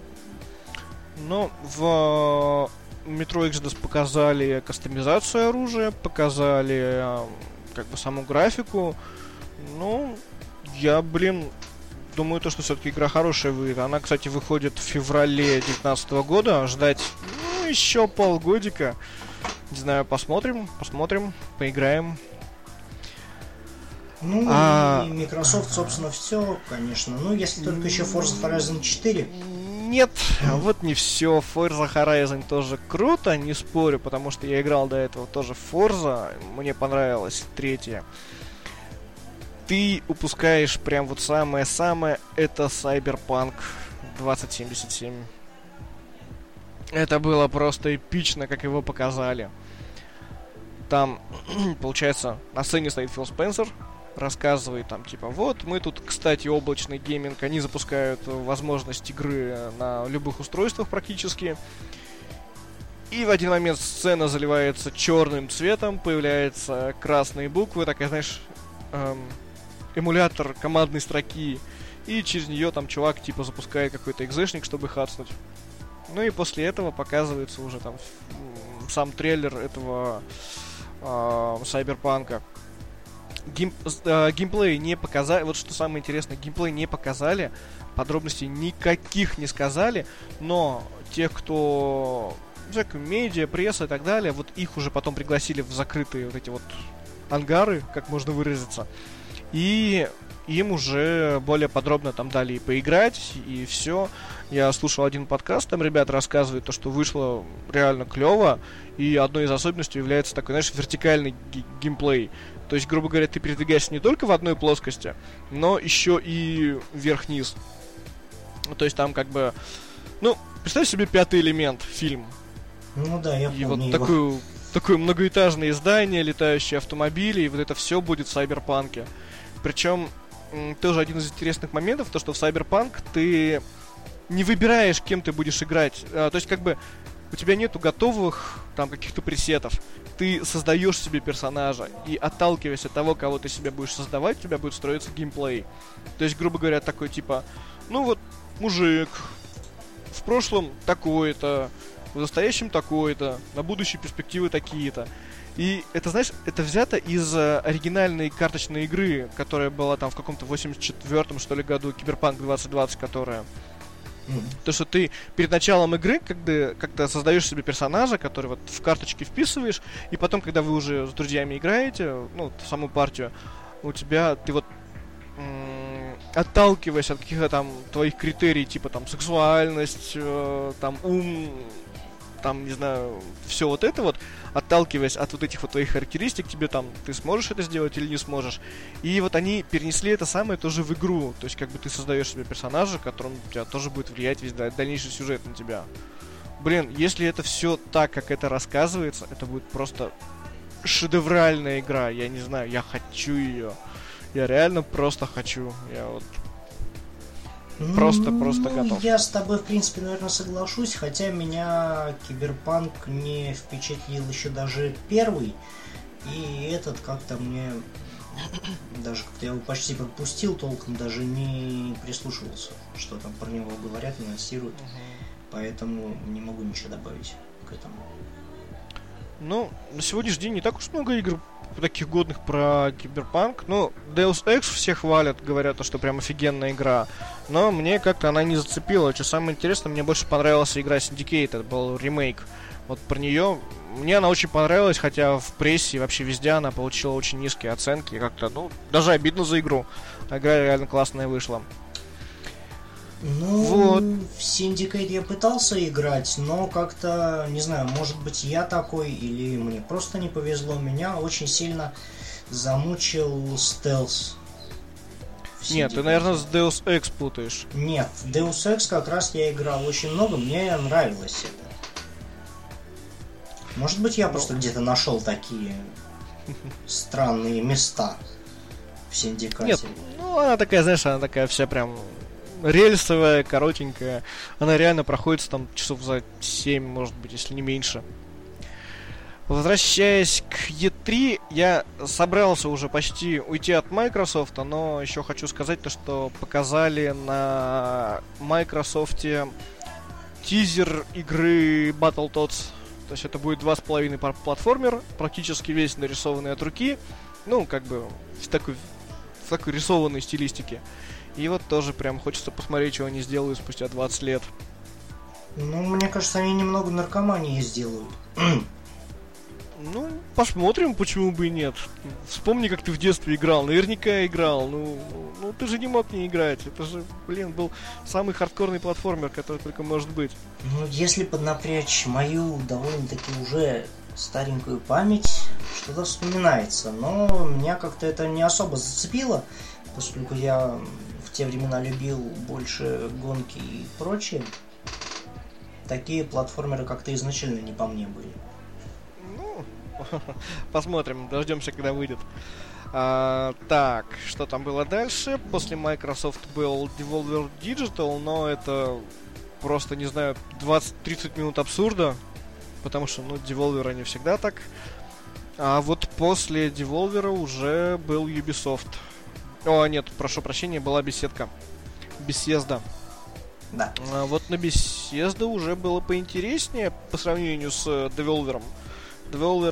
В Metro Exodus показали кастомизацию оружия, показали как бы саму графику. Я, думаю, что все-таки игра хорошая выйдет. Она, кстати, выходит в феврале 2019 года. Ждать еще полгодика. Не знаю, посмотрим, поиграем. И Microsoft, собственно, все, конечно. Если только еще Forza Horizon 4. Нет, вот не все. Forza Horizon тоже круто, не спорю, потому что я играл до этого тоже в Forza. Мне понравилась 3. Ты упускаешь прям вот самое-самое, это Cyberpunk 2077. Это было просто эпично, как его показали. Там, получается, на сцене стоит Фил Спенсер, рассказывает там, вот, мы тут, кстати, облачный гейминг, они запускают возможность игры на любых устройствах практически. И в один момент сцена заливается черным цветом, появляются красные буквы, такая, знаешь, эмулятор командной строки, и через нее там чувак запускает какой-то экзешник, чтобы хацнуть. И после этого показывается уже там сам трейлер этого Сайберпанка. Геймплей не показали, вот что самое интересное, геймплей не показали, подробностей никаких не сказали, но тех, кто всякие медиа, пресса и так далее, вот их уже потом пригласили в закрытые вот эти вот ангары, как можно выразиться, и им уже более подробно там дали и поиграть, и все. Я слушал один подкаст, там ребята рассказывают то, что вышло реально клево, и одной из особенностей является такой, знаешь, вертикальный геймплей. То есть, грубо говоря, ты передвигаешься не только в одной плоскости, но еще и вверх-вниз. То есть там как бы... Ну, представь себе «Пятый элемент» фильм. Ну да, я помню. И вот такое многоэтажное здание, летающие автомобили, и вот это все будет в Сайберпанке. Причем тоже один из интересных моментов, то что в Cyberpunk ты не выбираешь, кем ты будешь играть. То есть как бы у тебя нету готовых там каких-то пресетов. Ты создаешь себе персонажа, и отталкиваясь от того, кого ты себе будешь создавать, у тебя будет строиться геймплей. То есть, грубо говоря, такой типа, ну вот, мужик, в прошлом такой-то, в настоящем такой-то, на будущее перспективы такие-то. И это, знаешь, это взято из оригинальной карточной игры, которая была там в каком-то 84-м, что ли, году, Киберпанк 2020, которая... То, что ты перед началом игры как-то создаешь себе персонажа, который вот в карточки вписываешь, и потом, когда вы уже с друзьями играете, ну, в саму партию, у тебя, ты вот отталкиваясь от каких-то там твоих критерий, типа там сексуальность, там ум, там, не знаю, все вот это вот, отталкиваясь от вот этих вот твоих характеристик, тебе там, ты сможешь это сделать или не сможешь. И вот они перенесли это самое тоже в игру. То есть, как бы ты создаешь себе персонажа, которым у тебя тоже будет влиять весь дальнейший сюжет на тебя. Блин, если это все так, как это рассказывается, это будет просто шедевральная игра. Я не знаю, я хочу ее. Я реально просто хочу. Я вот просто готов. Я с тобой, в принципе, наверное, соглашусь, хотя меня Киберпанк не впечатлил еще даже первый, и этот как-то мне даже как-то я его почти пропустил, толком даже не прислушивался, что там про него говорят, анонсируют, поэтому не могу ничего добавить к этому. Ну, на сегодняшний день не так уж много игр таких годных про Киберпанк. Ну, Deus Ex все хвалят, говорят, что прям офигенная игра. Но мне как-то она не зацепила. Что самое интересное, мне больше понравилась игра Syndicate, это был ремейк. Вот про нее, мне она очень понравилась, хотя в прессе и вообще везде она получила очень низкие оценки. И как-то, ну, даже обидно за игру. Игра реально классная вышла. Ну, вот. В Syndicate я пытался играть, но как-то, не знаю, может быть я такой, или мне просто не повезло. Меня очень сильно замучил стелс. Нет, ты, наверное, с Deus Ex путаешь. Нет, в Deus Ex как раз я играл очень много, мне нравилось это. Может быть я просто где-то нашел такие странные места в Syndicate. Нет, ну она такая, знаешь, она такая вся прям... рельсовая, коротенькая. Она реально проходит там часов за 7, может быть, если не меньше. Возвращаясь к E3, я собрался уже почти уйти от Microsoft, но еще хочу сказать то, что показали на Microsoft тизер игры Battletoads. То есть это будет 2,5 платформер, практически весь нарисованный от руки. Ну, как бы в такой рисованной стилистике. И вот тоже прям хочется посмотреть, что они сделают спустя 20 лет. Ну, мне кажется, они немного наркомании сделают. Ну, посмотрим, почему бы и нет. Вспомни, как ты в детстве играл. Наверняка играл. Ну, ты же не мог не играть. Это же, блин, был самый хардкорный платформер, который только может быть. Ну, если поднапрячь мою довольно-таки уже старенькую память, что-то вспоминается. Но меня как-то это не особо зацепило, поскольку я в те времена любил больше гонки и прочее. Такие платформеры как-то изначально не по мне были. Ну, посмотрим, дождемся, когда выйдет. Так, что там было дальше? После Microsoft был Devolver Digital, но это просто, не знаю, 20-30 минут абсурда, потому что, ну, Devolver они всегда так. А вот после Devolver уже был Ubisoft. О, нет, прошу прощения, была беседка. Bethesda. Да. А вот на Bethesda уже было поинтереснее по сравнению с Devolver. Devolver, ну,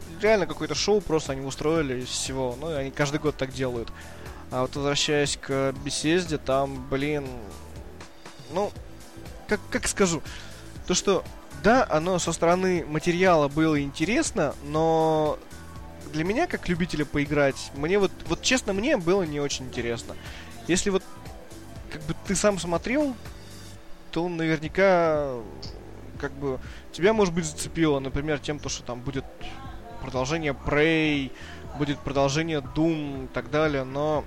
реально какое-то шоу просто они устроили из всего. Ну, и они каждый год так делают. А вот возвращаясь к Bethesda, там, блин, ну, как скажу, то что, да, оно со стороны материала было интересно, но для меня, как любителя поиграть, мне вот честно, мне было не очень интересно. Если вот, как бы ты сам смотрел, то наверняка, как бы, тебя, может быть, зацепило, например, тем, то, что там будет продолжение Prey, будет продолжение Doom и так далее, но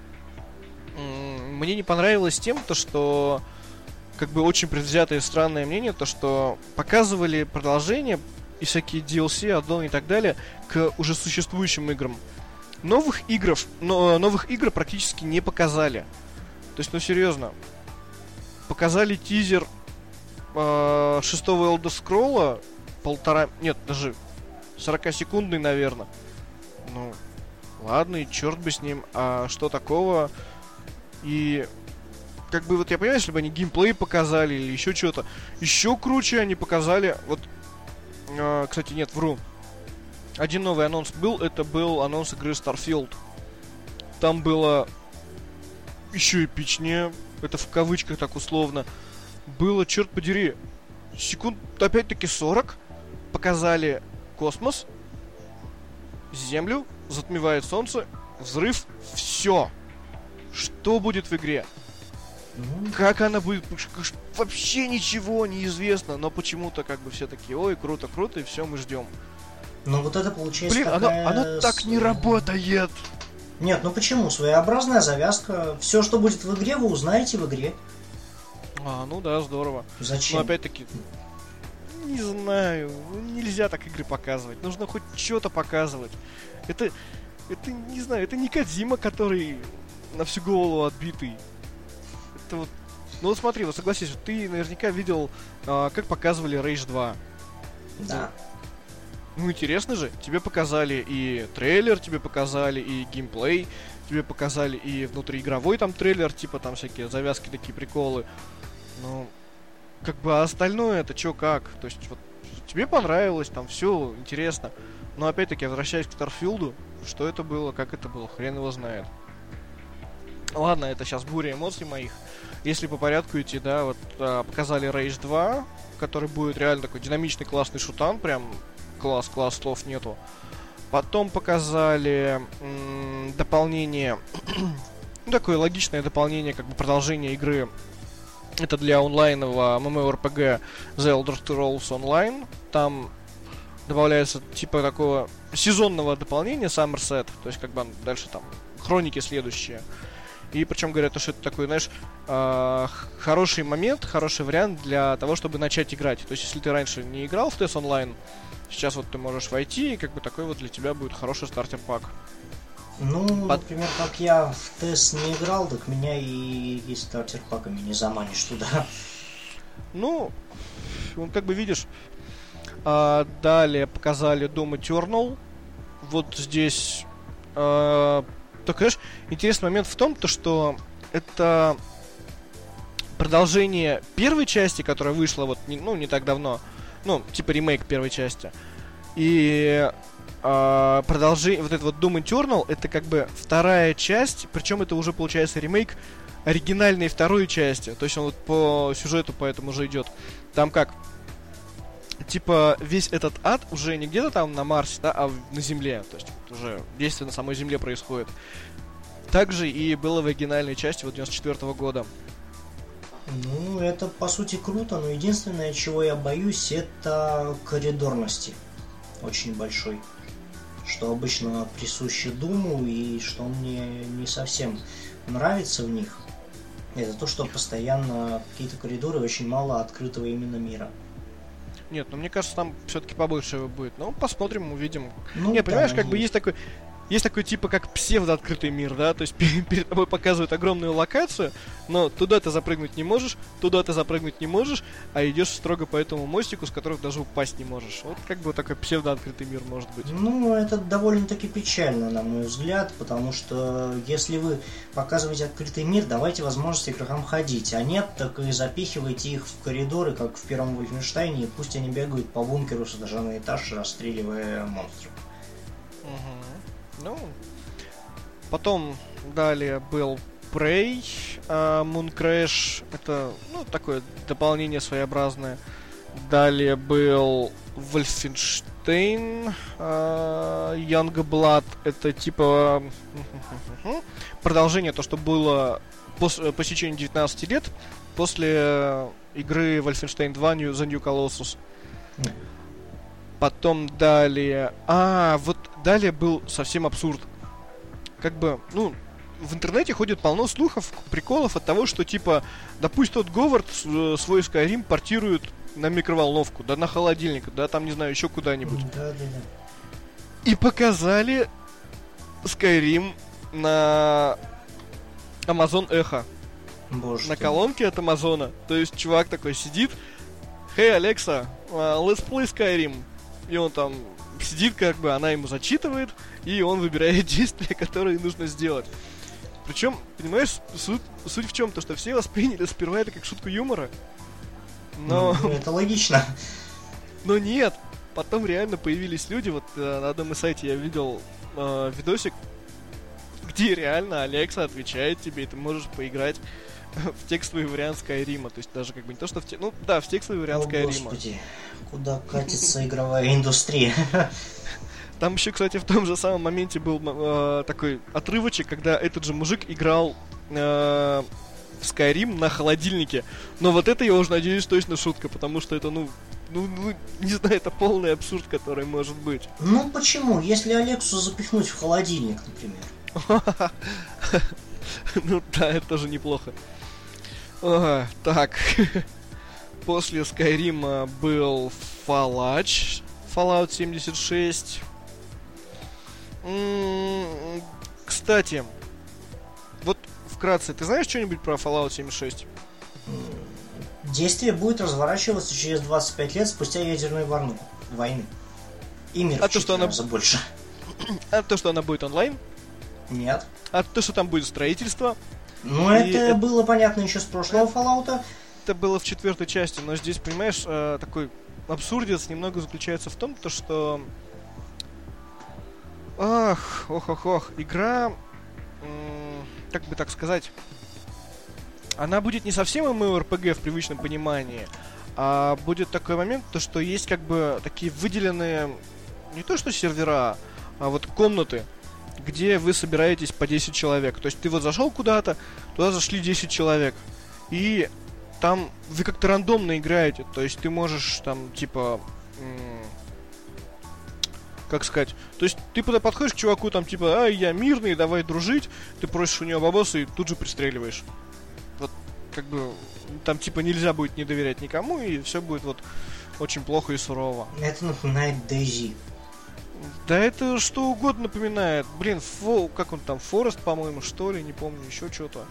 мне не понравилось тем, то, что как бы очень предвзятое и странное мнение, то, что показывали продолжение и всякие DLC, аддоны и так далее к уже существующим играм. Новых игр практически не показали. То есть, ну серьезно, показали тизер 6-го Elder Scroll'а, даже 40-секундный, наверное. Ну, ладно, и черт бы с ним, а что такого? И как бы вот я понимаю, если бы они геймплей показали или еще что-то, еще круче они показали. Вот, кстати, нет, вру. Один новый анонс был, это был анонс игры Starfield. Там было еще эпичнее, это в кавычках так условно. Было, черт подери, секунд опять-таки 40. Показали космос, Землю, затмевает солнце, взрыв, все. Что будет в игре? Как она будет? Вообще ничего не известно, но почему-то как бы все такие, ой, круто, и все, мы ждем. Ну вот это получается. Блин, оно так не работает. Нет, ну почему? Своеобразная завязка. Все, что будет в игре, вы узнаете в игре. Ну да, здорово. Зачем? Но опять-таки, не знаю, нельзя так игры показывать. Нужно хоть что-то показывать. Это, не знаю, это не Кодзима, который на всю голову отбитый. Это вот... Ну вот смотри, вот согласись, вот ты наверняка видел, как показывали Rage 2. Да. Ну интересно же, тебе показали и трейлер, тебе показали и геймплей, тебе показали и внутриигровой там трейлер, типа там всякие завязки, такие приколы. Ну, как бы, а остальное это чё как? То есть вот тебе понравилось, там все интересно. Но опять-таки, возвращаясь к Старфилду, что это было, как это было, хрен его знает. Ладно, это сейчас буря эмоций моих. Если по порядку идти, да, вот показали Rage 2, который будет реально такой динамичный, классный шутан, прям класс, слов нету. Потом показали дополнение, ну, такое логичное дополнение, как бы продолжение игры. Это для онлайнового MMORPG The Elder Scrolls Online. Там добавляется типа такого сезонного дополнения Somerset, то есть как бы дальше там хроники следующие. И причем говорят, что это такой, знаешь, хороший момент, хороший вариант для того, чтобы начать играть. То есть, если ты раньше не играл в TES Online, сейчас вот ты можешь войти, и как бы такой вот для тебя будет хороший стартер-пак. Ну, например, как я в TES не играл, так меня и стартер-паками не заманишь туда. Ну, как бы видишь, далее показали Doom Eternal. Вот здесь... Только, знаешь, интересный момент в том, то, что это продолжение первой части, которая вышла вот не так давно, ну, типа ремейк первой части. И продолжение, вот это вот Doom Eternal, это как бы вторая часть, причем это уже получается ремейк оригинальной второй части. То есть он вот по сюжету поэтому уже идет. Там как? Типа весь этот ад уже не где-то там на Марсе, да, а на Земле. То есть уже действие на самой Земле происходит. Также и было в оригинальной части вот 94-го года. Ну, это по сути круто, но единственное, чего я боюсь, это коридорности. Очень большой. Что обычно присуще Думу и что мне не совсем нравится в них. Это то, что постоянно какие-то коридоры, очень мало открытого именно мира. Нет, ну мне кажется, там все-таки побольше будет. Ну, посмотрим, увидим. Ну, не, понимаешь, да, как бы есть такой типа как псевдооткрытый мир, да, то есть перед тобой показывают огромную локацию, но туда ты запрыгнуть не можешь, а идешь строго по этому мостику, с которого даже упасть не можешь. Вот как бы такой псевдооткрытый мир может быть. Ну, это довольно-таки печально, на мой взгляд, потому что если вы показываете открытый мир, давайте возможность игрокам ходить, а нет, так и запихивайте их в коридоры, как в первом Wolfenstein, и пусть они бегают по бункеру с этажа на этаж, расстреливая монстров. Ну, потом далее был Prey, Moon Crash, это, ну, такое дополнение своеобразное. Далее был Wolfenstein, Youngblood, это типа продолжение то, что было по течению 19 лет после игры Wolfenstein 2 The New Colossus. Потом далее... вот далее был совсем абсурд. Как бы, ну, в интернете ходит полно слухов, приколов от того, что, типа, да пусть тот Говард свой Skyrim портирует на микроволновку, да на холодильник, да там, не знаю, еще куда-нибудь. Да. И показали Skyrim на Amazon Echo. Боже на ты. колонке от Амазона. То есть чувак такой сидит: «Hey, Alexa, let's play Skyrim». И он там сидит, как бы, она ему зачитывает, и он выбирает действия, которые нужно сделать. Причем, понимаешь, суть в чем? То, что все восприняли сперва это как шутку юмора. Но... это логично. Но нет. Потом реально появились люди. Вот на одном из сайтов я видел видосик, где реально Алекса отвечает тебе, и ты можешь поиграть в текстовый вариант Скайрима. То есть даже как бы не то, что в ну да, в текстовый вариант Скайрима. Господи, куда катится игровая индустрия? Там еще, кстати, в том же самом моменте был такой отрывочек, когда этот же мужик играл в Skyrim на холодильнике. Но вот это, я уже надеюсь, точно шутка, потому что это, ну, не знаю, это полный абсурд, который может быть. Ну почему? Если Алексу запихнуть в холодильник, например. Ну да, это тоже неплохо. Так. После Скайрима был Fallout 76. Кстати, вот вкратце, ты знаешь что-нибудь про Fallout 76? Действие будет разворачиваться через 25 лет спустя ядерную войну. И мир в 4 раза больше. А то, что она будет онлайн? Нет. А то, что там будет строительство? Ну, это было понятно еще с прошлого Fallout'а. Это было в 4 части, но здесь, понимаешь, такой абсурдец немного заключается в том, то, что... игра, как бы так сказать, она будет не совсем MMORPG в привычном понимании, а будет такой момент, то, что есть как бы такие выделенные, не то что сервера, а вот комнаты, где вы собираетесь по 10 человек. То есть ты вот зашел куда-то, туда зашли 10 человек, и там вы как-то рандомно играете, то есть ты можешь там, типа... как сказать, то есть ты подходишь к чуваку, там, типа, я мирный, давай дружить, ты просишь у него бабоса и тут же пристреливаешь. Вот, как бы, там, типа, нельзя будет не доверять никому, и все будет вот очень плохо и сурово. Это напоминает DayZ. Да это что угодно напоминает. Блин, как он там, Форест, по-моему, что ли, не помню, еще что-то.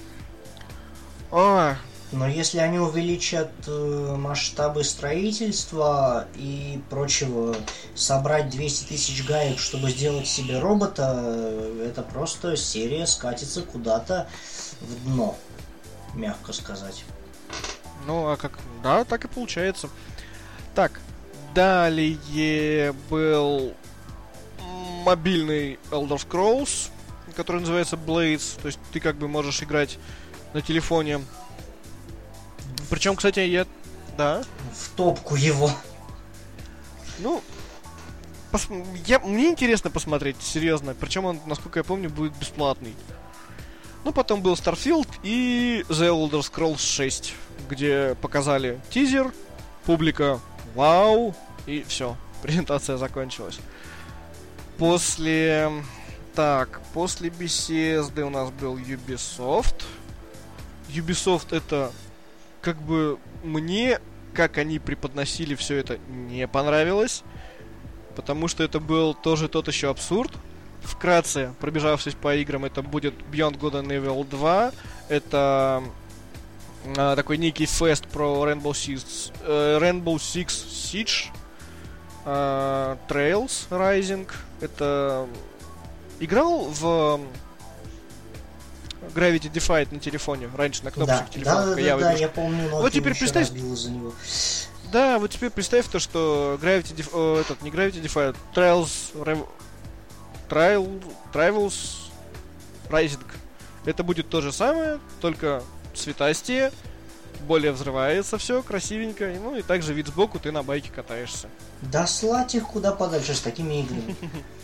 Но если они увеличат масштабы строительства и прочего, собрать 200 тысяч гаек, чтобы сделать себе робота, это просто серия скатится куда-то в дно, мягко сказать. Ну, а как? Да, так и получается. Так, далее был мобильный Elder Scrolls, который называется Blades. То есть ты как бы можешь играть на телефоне. Причем, кстати, да? В топку его. Ну, мне интересно посмотреть, серьезно. Причем он, насколько я помню, будет бесплатный. Ну, потом был Starfield и The Elder Scrolls 6, где показали тизер, публика вау, и все, презентация закончилась. После Bethesda у нас был Ubisoft. Ubisoft это... как бы мне, как они преподносили все это, не понравилось, потому что это был тоже тот еще абсурд. Вкратце, пробежавшись по играм, это будет Beyond Good and Evil 2, это такой некий фест про Rainbow Six Siege, Trails Rising, это... Играл в Gravity Defied на телефоне. Раньше на кнопочных телефонах. Да, я помню, но вот теперь представь... за него. Да, вот теперь представь то, что не Gravity Defied, Trails Trials Rising. Это будет то же самое, только цветастее, более взрывается все, красивенько. Ну и также вид сбоку, ты на байке катаешься. Да слать их куда подальше с такими играми.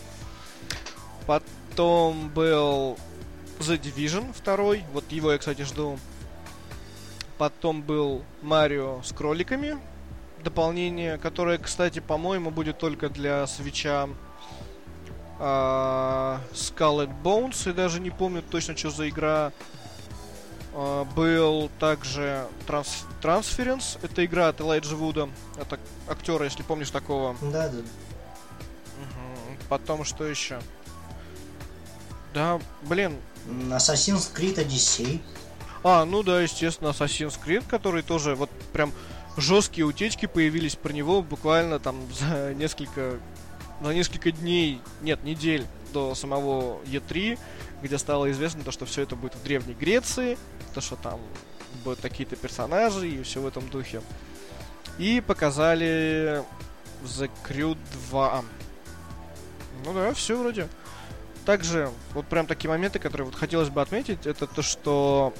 Потом был The Division 2, вот его я, кстати, жду. Потом был Марио с кроликами, дополнение, которое, кстати, по-моему, будет только для свитча. Skull and Bones, и даже не помню точно, что за игра. Был также Transference, это игра от Элайджа Вуда, это актера, если помнишь такого. Да. Потом что еще? Да, блин. Assassin's Creed Odyssey. Ну да, естественно, Assassin's Creed, который тоже вот прям жесткие утечки появились про него буквально там за несколько дней, нет, недель до самого E3, где стало известно то, что все это будет в Древней Греции, то, что там будут такие-то персонажи и все в этом духе. И показали The Crew 2. Ну да, все вроде. Также, вот прям такие моменты, которые вот хотелось бы отметить, это то, что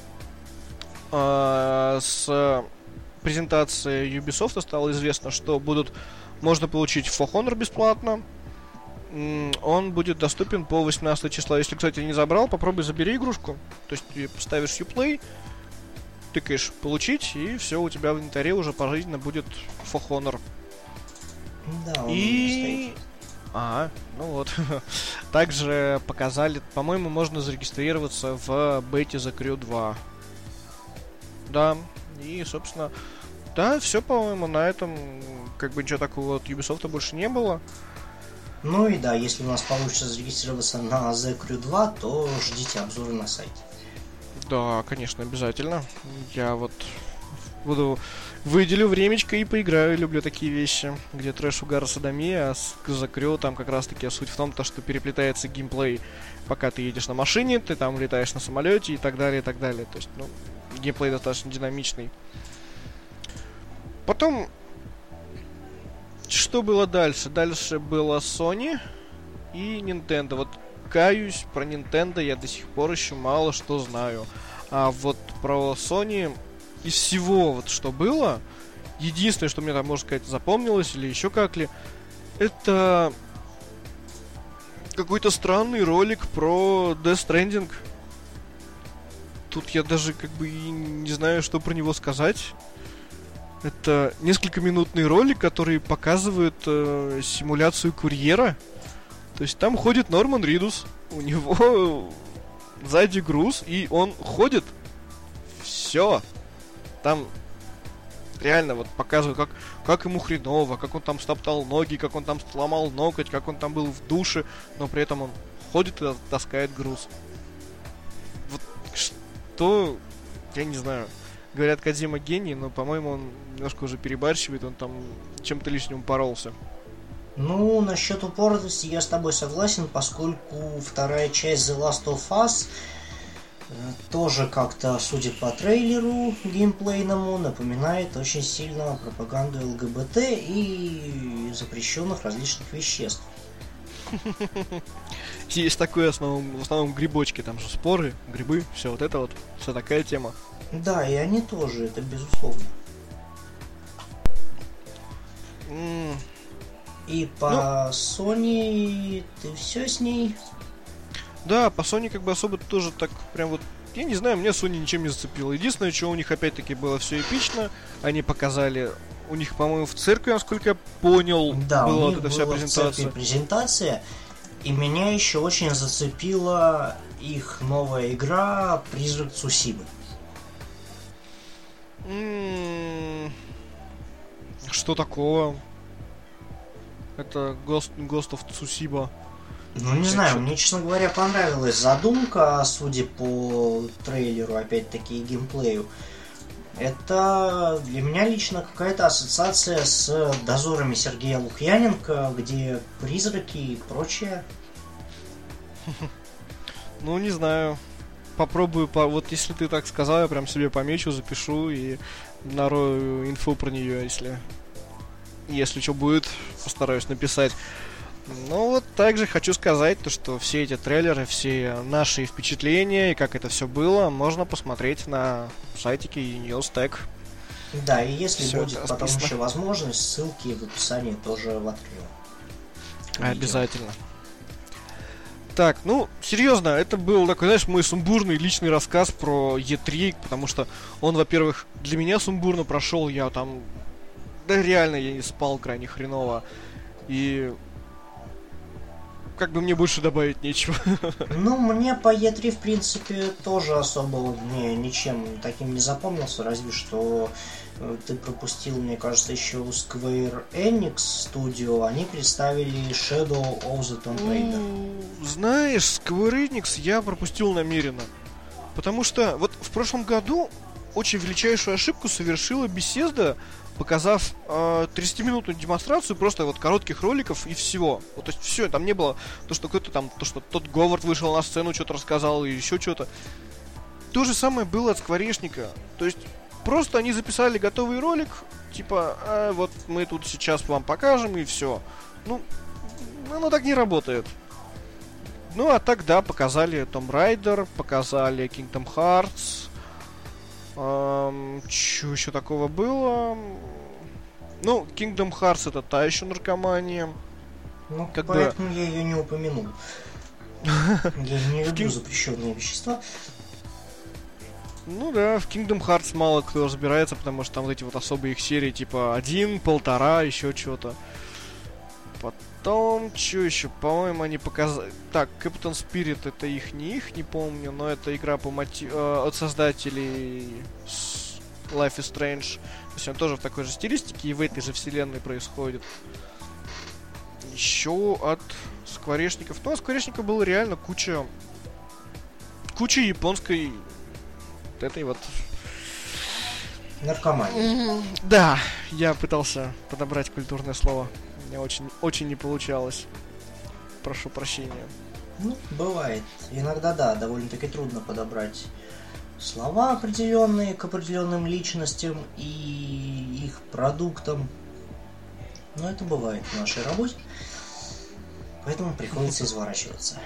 с презентации Ubisoft стало известно, что можно получить For Honor бесплатно. Он будет доступен по 18 числа. Если, кстати, не забрал, попробуй забери игрушку. То есть ставишь Uplay, тыкаешь получить, и все, у тебя в инвентаре уже пожизненно будет For Honor. Да, он и... ну вот. Также показали, по-моему, можно зарегистрироваться в бете The Crew 2. Да, и, собственно, да, все, по-моему, на этом как бы ничего такого от Ubisoft больше не было. Ну и да, если у нас получится зарегистрироваться на The Crew 2, то ждите обзоры на сайте. Да, конечно, обязательно. Я вот выделю времечко и поиграю. Люблю такие вещи, где трэш, угар, садомия, а с The Crew там как раз-таки суть в том, что переплетается геймплей, пока ты едешь на машине, ты там летаешь на самолете и так далее, и так далее. То есть, геймплей достаточно динамичный. Потом, что было дальше? Дальше было Sony и Nintendo. Вот каюсь, про Nintendo я до сих пор еще мало что знаю. А вот про Sony из всего, вот что было, единственное, что мне там, можно сказать, запомнилось или еще как-ли, это какой-то странный ролик про Death Stranding. Тут я даже как бы и не знаю, что про него сказать. Это несколькоминутный ролик, который показывает симуляцию курьера. То есть там ходит Норман Ридус, у него сзади груз, и он ходит. Все. Там реально вот показывают, как ему хреново, как он там стоптал ноги, как он там сломал ноготь, как он там был в душе, но при этом он ходит и таскает груз. Вот что... Я не знаю. Говорят, Кодзима гений, но, по-моему, он немножко уже перебарщивает, он там чем-то лишним упоролся. Ну, насчет упоротости я с тобой согласен, поскольку вторая часть The Last of Us тоже как-то, судя по трейлеру геймплейному, напоминает очень сильно пропаганду ЛГБТ и запрещенных различных веществ. Есть такое, в основном грибочки, там же споры, грибы, все вот это вот, вся такая тема. Да, и они тоже, это безусловно. И по Sony ты все с ней? Да, по Sony как бы особо тоже так прям вот, я не знаю, меня Sony ничем не зацепило. Единственное, что у них опять-таки было все эпично, они показали, у них, по-моему, в церкви, насколько я понял, да, была у них вот эта была вся презентация. В церкви презентация, и меня еще очень зацепила их новая игра «Призрак Цусимы». Что такого? Это Ghost of Tsushima. Ну, не знаю, мне, честно говоря, понравилась задумка, судя по трейлеру, опять-таки, и геймплею. Это для меня лично какая-то ассоциация с дозорами Сергея Лукьяненко, где призраки и прочее. Ну, не знаю. Попробую, вот если ты так сказал, я прям себе помечу, запишу и нарою инфу про нее, если что будет, постараюсь написать. Ну вот также хочу сказать, то, что все эти трейлеры, все наши впечатления и как это все было, можно посмотреть на сайтике Newstech. Да, и если Всё будет это потом расписано. еще возможность, ссылки в описании тоже воткнем. Обязательно. Так, ну, серьезно, это был такой, знаешь, мой сумбурный личный рассказ про E3, потому что он, во-первых, для меня сумбурно прошел, я там, да реально, я не спал крайне хреново, и как бы мне больше добавить нечего. Ну, мне по E3, в принципе, тоже особо ничем таким не запомнился, разве что ты пропустил, мне кажется, еще у Square Enix Studio, они представили Shadow of the Tomb Raider. Знаешь, Square Enix я пропустил намеренно, потому что вот в прошлом году очень величайшую ошибку совершила Bethesda, показав 30-минутную демонстрацию просто вот коротких роликов и всего. Вот, то есть все, там не было то, что какой-то там, то, что тот Говард вышел на сцену, что-то рассказал и еще что-то. То же самое было от Скворечника. То есть просто они записали готовый ролик, типа, вот мы тут сейчас вам покажем и все. Ну, оно так не работает. Ну, а тогда показали Tomb Raider, показали Kingdom Hearts. Что еще такого было? Ну, Kingdom Hearts это та еще наркомания. Ну, как поэтому я ее не упомянул. Я не люблю запрещенные вещества. Ну да, в Kingdom Hearts мало кто разбирается, потому что там вот эти вот особые их серии, типа 1, 1.5, еще что-то. Потом, что еще? По-моему, они показали... Так, Captain Spirit это не помню, но это игра от создателей Life is Strange. То есть он тоже в такой же стилистике и в этой же вселенной происходит. Еще от Скворечников. Ну, от Скворечников было реально куча японской вот этой вот... Наркомания. Да, я пытался подобрать культурное слово. У меня очень не получалось. Прошу прощения. Ну, бывает. Иногда, да, довольно-таки трудно подобрать слова определенные к определенным личностям и их продуктам. Но это бывает в нашей работе. Поэтому приходится изворачиваться.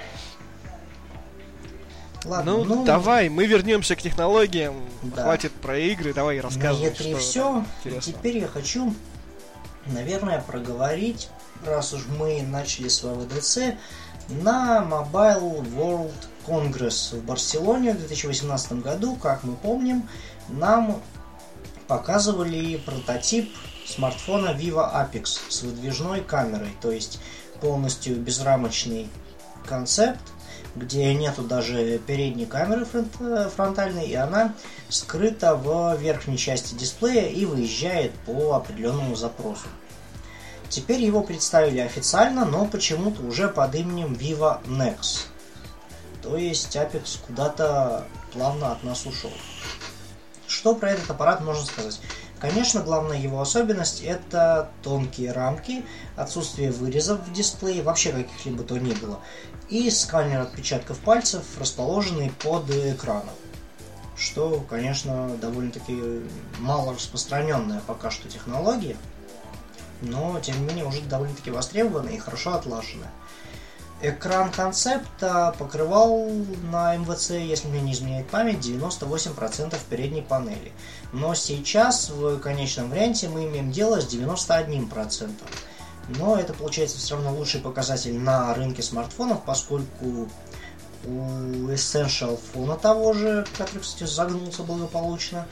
Ладно, ну, давай, мы вернемся к технологиям. Да. Хватит про игры, давай рассказывай. На E3 все. Теперь я хочу, наверное, проговорить, раз уж мы начали с ВВДЦ, на Mobile World Congress в Барселоне в 2018 году, как мы помним, нам показывали прототип смартфона Vivo Apex с выдвижной камерой, то есть полностью безрамочный концепт, где нету даже передней камеры фронтальной, и она скрыта в верхней части дисплея и выезжает по определенному запросу. Теперь его представили официально, но почему-то уже под именем Vivo Nex. То есть Apex куда-то плавно от нас ушел. Что про этот аппарат можно сказать? Конечно, главная его особенность – это тонкие рамки, отсутствие вырезов в дисплее, вообще каких-либо то ни было, и сканер отпечатков пальцев, расположенный под экраном. Что, конечно, довольно-таки мало распространенная пока что технология, но, тем не менее, уже довольно-таки востребованная и хорошо отлаженная. Экран концепта покрывал на МВЦ, если мне не изменяет память, 98% передней панели. Но сейчас в конечном варианте мы имеем дело с 91%. Но это получается все равно лучший показатель на рынке смартфонов, поскольку у Essential Phone того же, который, кстати, загнулся благополучно,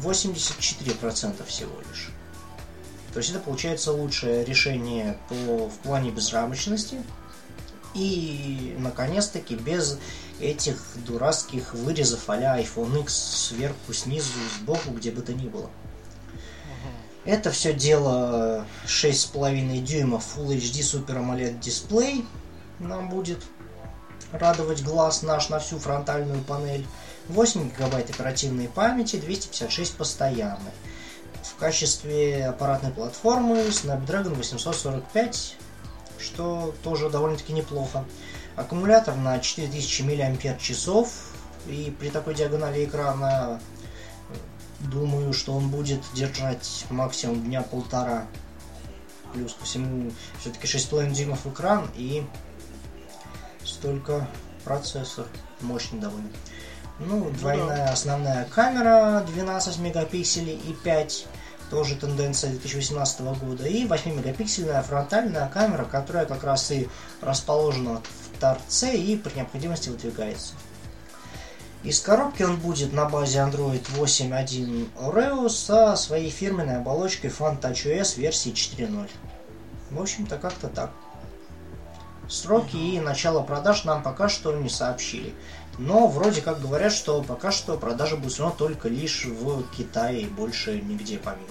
84% всего лишь. То есть это получается лучшее решение в плане безрамочности. И, наконец-таки, без этих дурацких вырезов а-ля iPhone X сверху, снизу, сбоку, где бы то ни было. Это все дело 6,5 дюйма Full HD Super AMOLED дисплей нам будет радовать глаз наш на всю фронтальную панель. 8 гигабайт оперативной памяти, 256 постоянной. В качестве аппаратной платформы Snapdragon 845, что тоже довольно-таки неплохо. Аккумулятор на 4000 мАч, и при такой диагонали экрана думаю, что он будет держать максимум дня полтора. Плюс ко всему, все-таки 6,5 дюймов экран и столько процессор. Мощный довольно. Ну, двойная основная камера 12 мегапикселей и 5. Тоже тенденция 2018 года. И 8-мегапиксельная фронтальная камера, которая как раз и расположена в торце и при необходимости выдвигается. Из коробки он будет на базе Android 8.1 Oreo со своей фирменной оболочкой Fan Touch OS версии 4.0. В общем-то, как-то так. Сроки и начало продаж нам пока что не сообщили. Но вроде как говорят, что пока что продажи будут все равно только лишь в Китае и больше нигде по миру.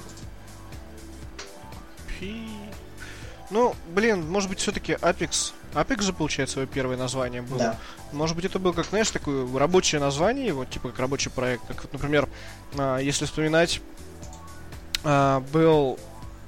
Ну, блин, может быть, все-таки Apex. Apex же, получается, свое первое название было. Да. Может быть, это было, как, знаешь, такое рабочее название, вот, типа, как рабочий проект. Как, вот, например, если вспоминать, был...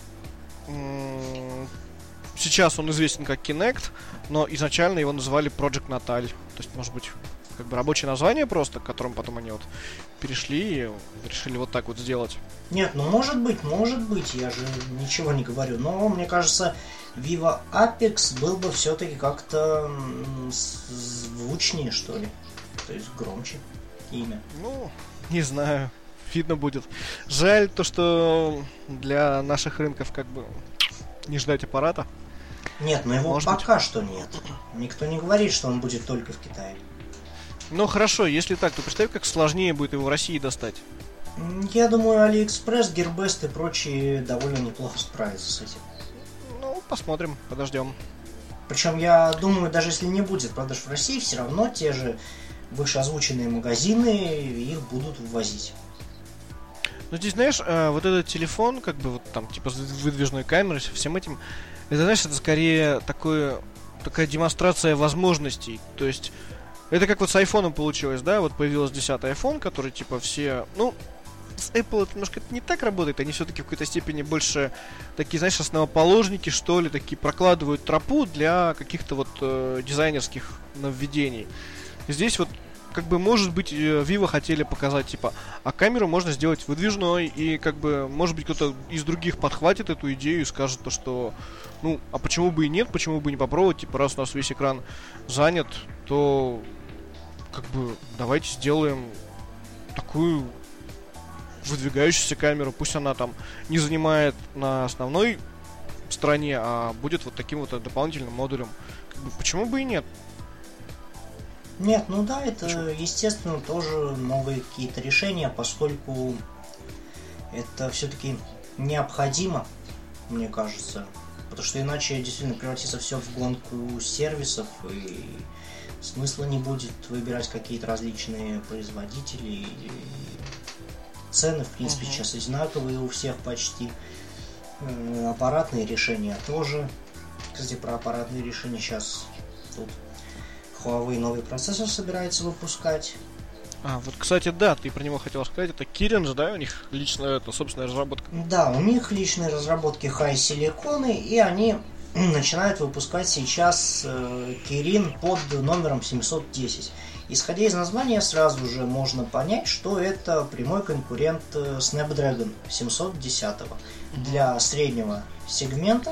Сейчас он известен как Kinect, но изначально его называли Project Natal. То есть, может быть, как бы рабочее название просто, к которому потом они вот перешли и решили вот так вот сделать. Нет, ну может быть, я же ничего не говорю. Но мне кажется, Viva Apex был бы все-таки как-то звучнее, что ли. То есть громче имя. Ну, не знаю. Видно будет. Жаль то, что для наших рынков как бы не ждать аппарата. Нет, но его Может пока быть. что нет. Никто не говорит, что он будет только в Китае. Ну хорошо, если так, то представь, как сложнее будет его в России достать. Я думаю, AliExpress, Gearbest и прочие довольно неплохо справятся с этим. Ну, посмотрим, подождем. Причем я думаю, даже если не будет продаж в России, все равно те же вышеозвученные магазины их будут ввозить. Ну здесь, знаешь, вот этот телефон, как бы вот там, типа, с выдвижной камерой, со всем этим, это, знаешь, это скорее такая демонстрация возможностей. То есть, это как вот с айфоном получилось, да, вот появился 10-й iPhone, который, типа, все, ну, с Apple это немножко не так работает, они все-таки в какой-то степени больше такие, знаешь, основоположники, что ли, такие прокладывают тропу для каких-то вот дизайнерских нововведений. Здесь вот как бы, может быть, Vivo хотели показать, типа, а камеру можно сделать выдвижной, и, как бы, может быть, кто-то из других подхватит эту идею и скажет то, что, ну, а почему бы и нет, почему бы не попробовать, типа, раз у нас весь экран занят, то, как бы, давайте сделаем такую выдвигающуюся камеру, пусть она там не занимает на основной стороне, а будет вот таким вот дополнительным модулем. Как бы, почему бы и нет? Нет, ну да, это, естественно, тоже новые какие-то решения, поскольку это все-таки необходимо, мне кажется. Потому что иначе действительно превратится все в гонку сервисов, и смысла не будет выбирать какие-то различные производители. И цены, в принципе, сейчас одинаковые у всех почти. Аппаратные решения тоже. Кстати, про аппаратные решения сейчас тут Huawei новый процессор собирается выпускать. Вот, кстати, да, ты про него хотел сказать, это Kirin же, да, у них личная, это, собственная разработка? Да, у них личные разработки HiSilicon, и они начинают выпускать сейчас Kirin под номером 710. Исходя из названия, сразу же можно понять, что это прямой конкурент Snapdragon 710 для среднего сегмента.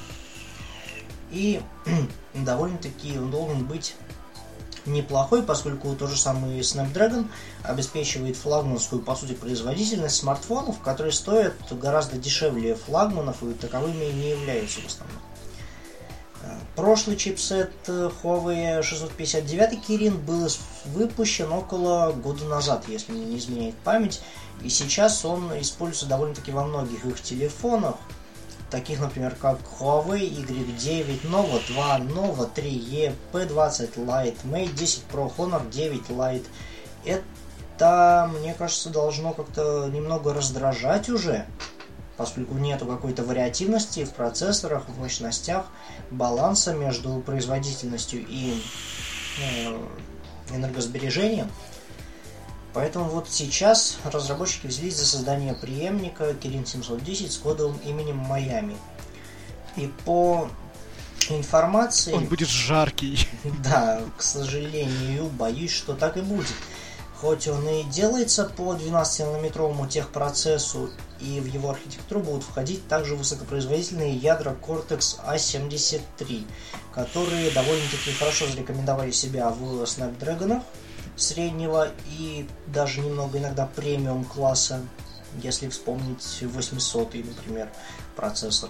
И довольно-таки он должен быть неплохой, поскольку тот же самый Snapdragon обеспечивает флагманскую, по сути, производительность смартфонов, которые стоят гораздо дешевле флагманов и таковыми не являются в основном. Прошлый чипсет Huawei 659 Kirin был выпущен около года назад, если мне не изменяет память, и сейчас он используется довольно-таки во многих их телефонах, таких, например, как Huawei Y9, Nova 2, Nova 3E, P20 Lite, Mate 10 Pro, Honor 9 Lite. Это, мне кажется, должно как-то немного раздражать уже, поскольку нету какой-то вариативности в процессорах, в мощностях, баланса между производительностью и энергосбережением. Поэтому вот сейчас разработчики взялись за создание преемника Kirin 710 с кодовым именем Miami. И по информации... Он будет жаркий. Да, к сожалению, боюсь, что так и будет. Хоть он и делается по 12-нанометровому техпроцессу и в его архитектуру будут входить также высокопроизводительные ядра Cortex A73, которые довольно-таки хорошо зарекомендовали себя в Snapdragon среднего и даже немного иногда премиум класса, если вспомнить 800, например, процессор.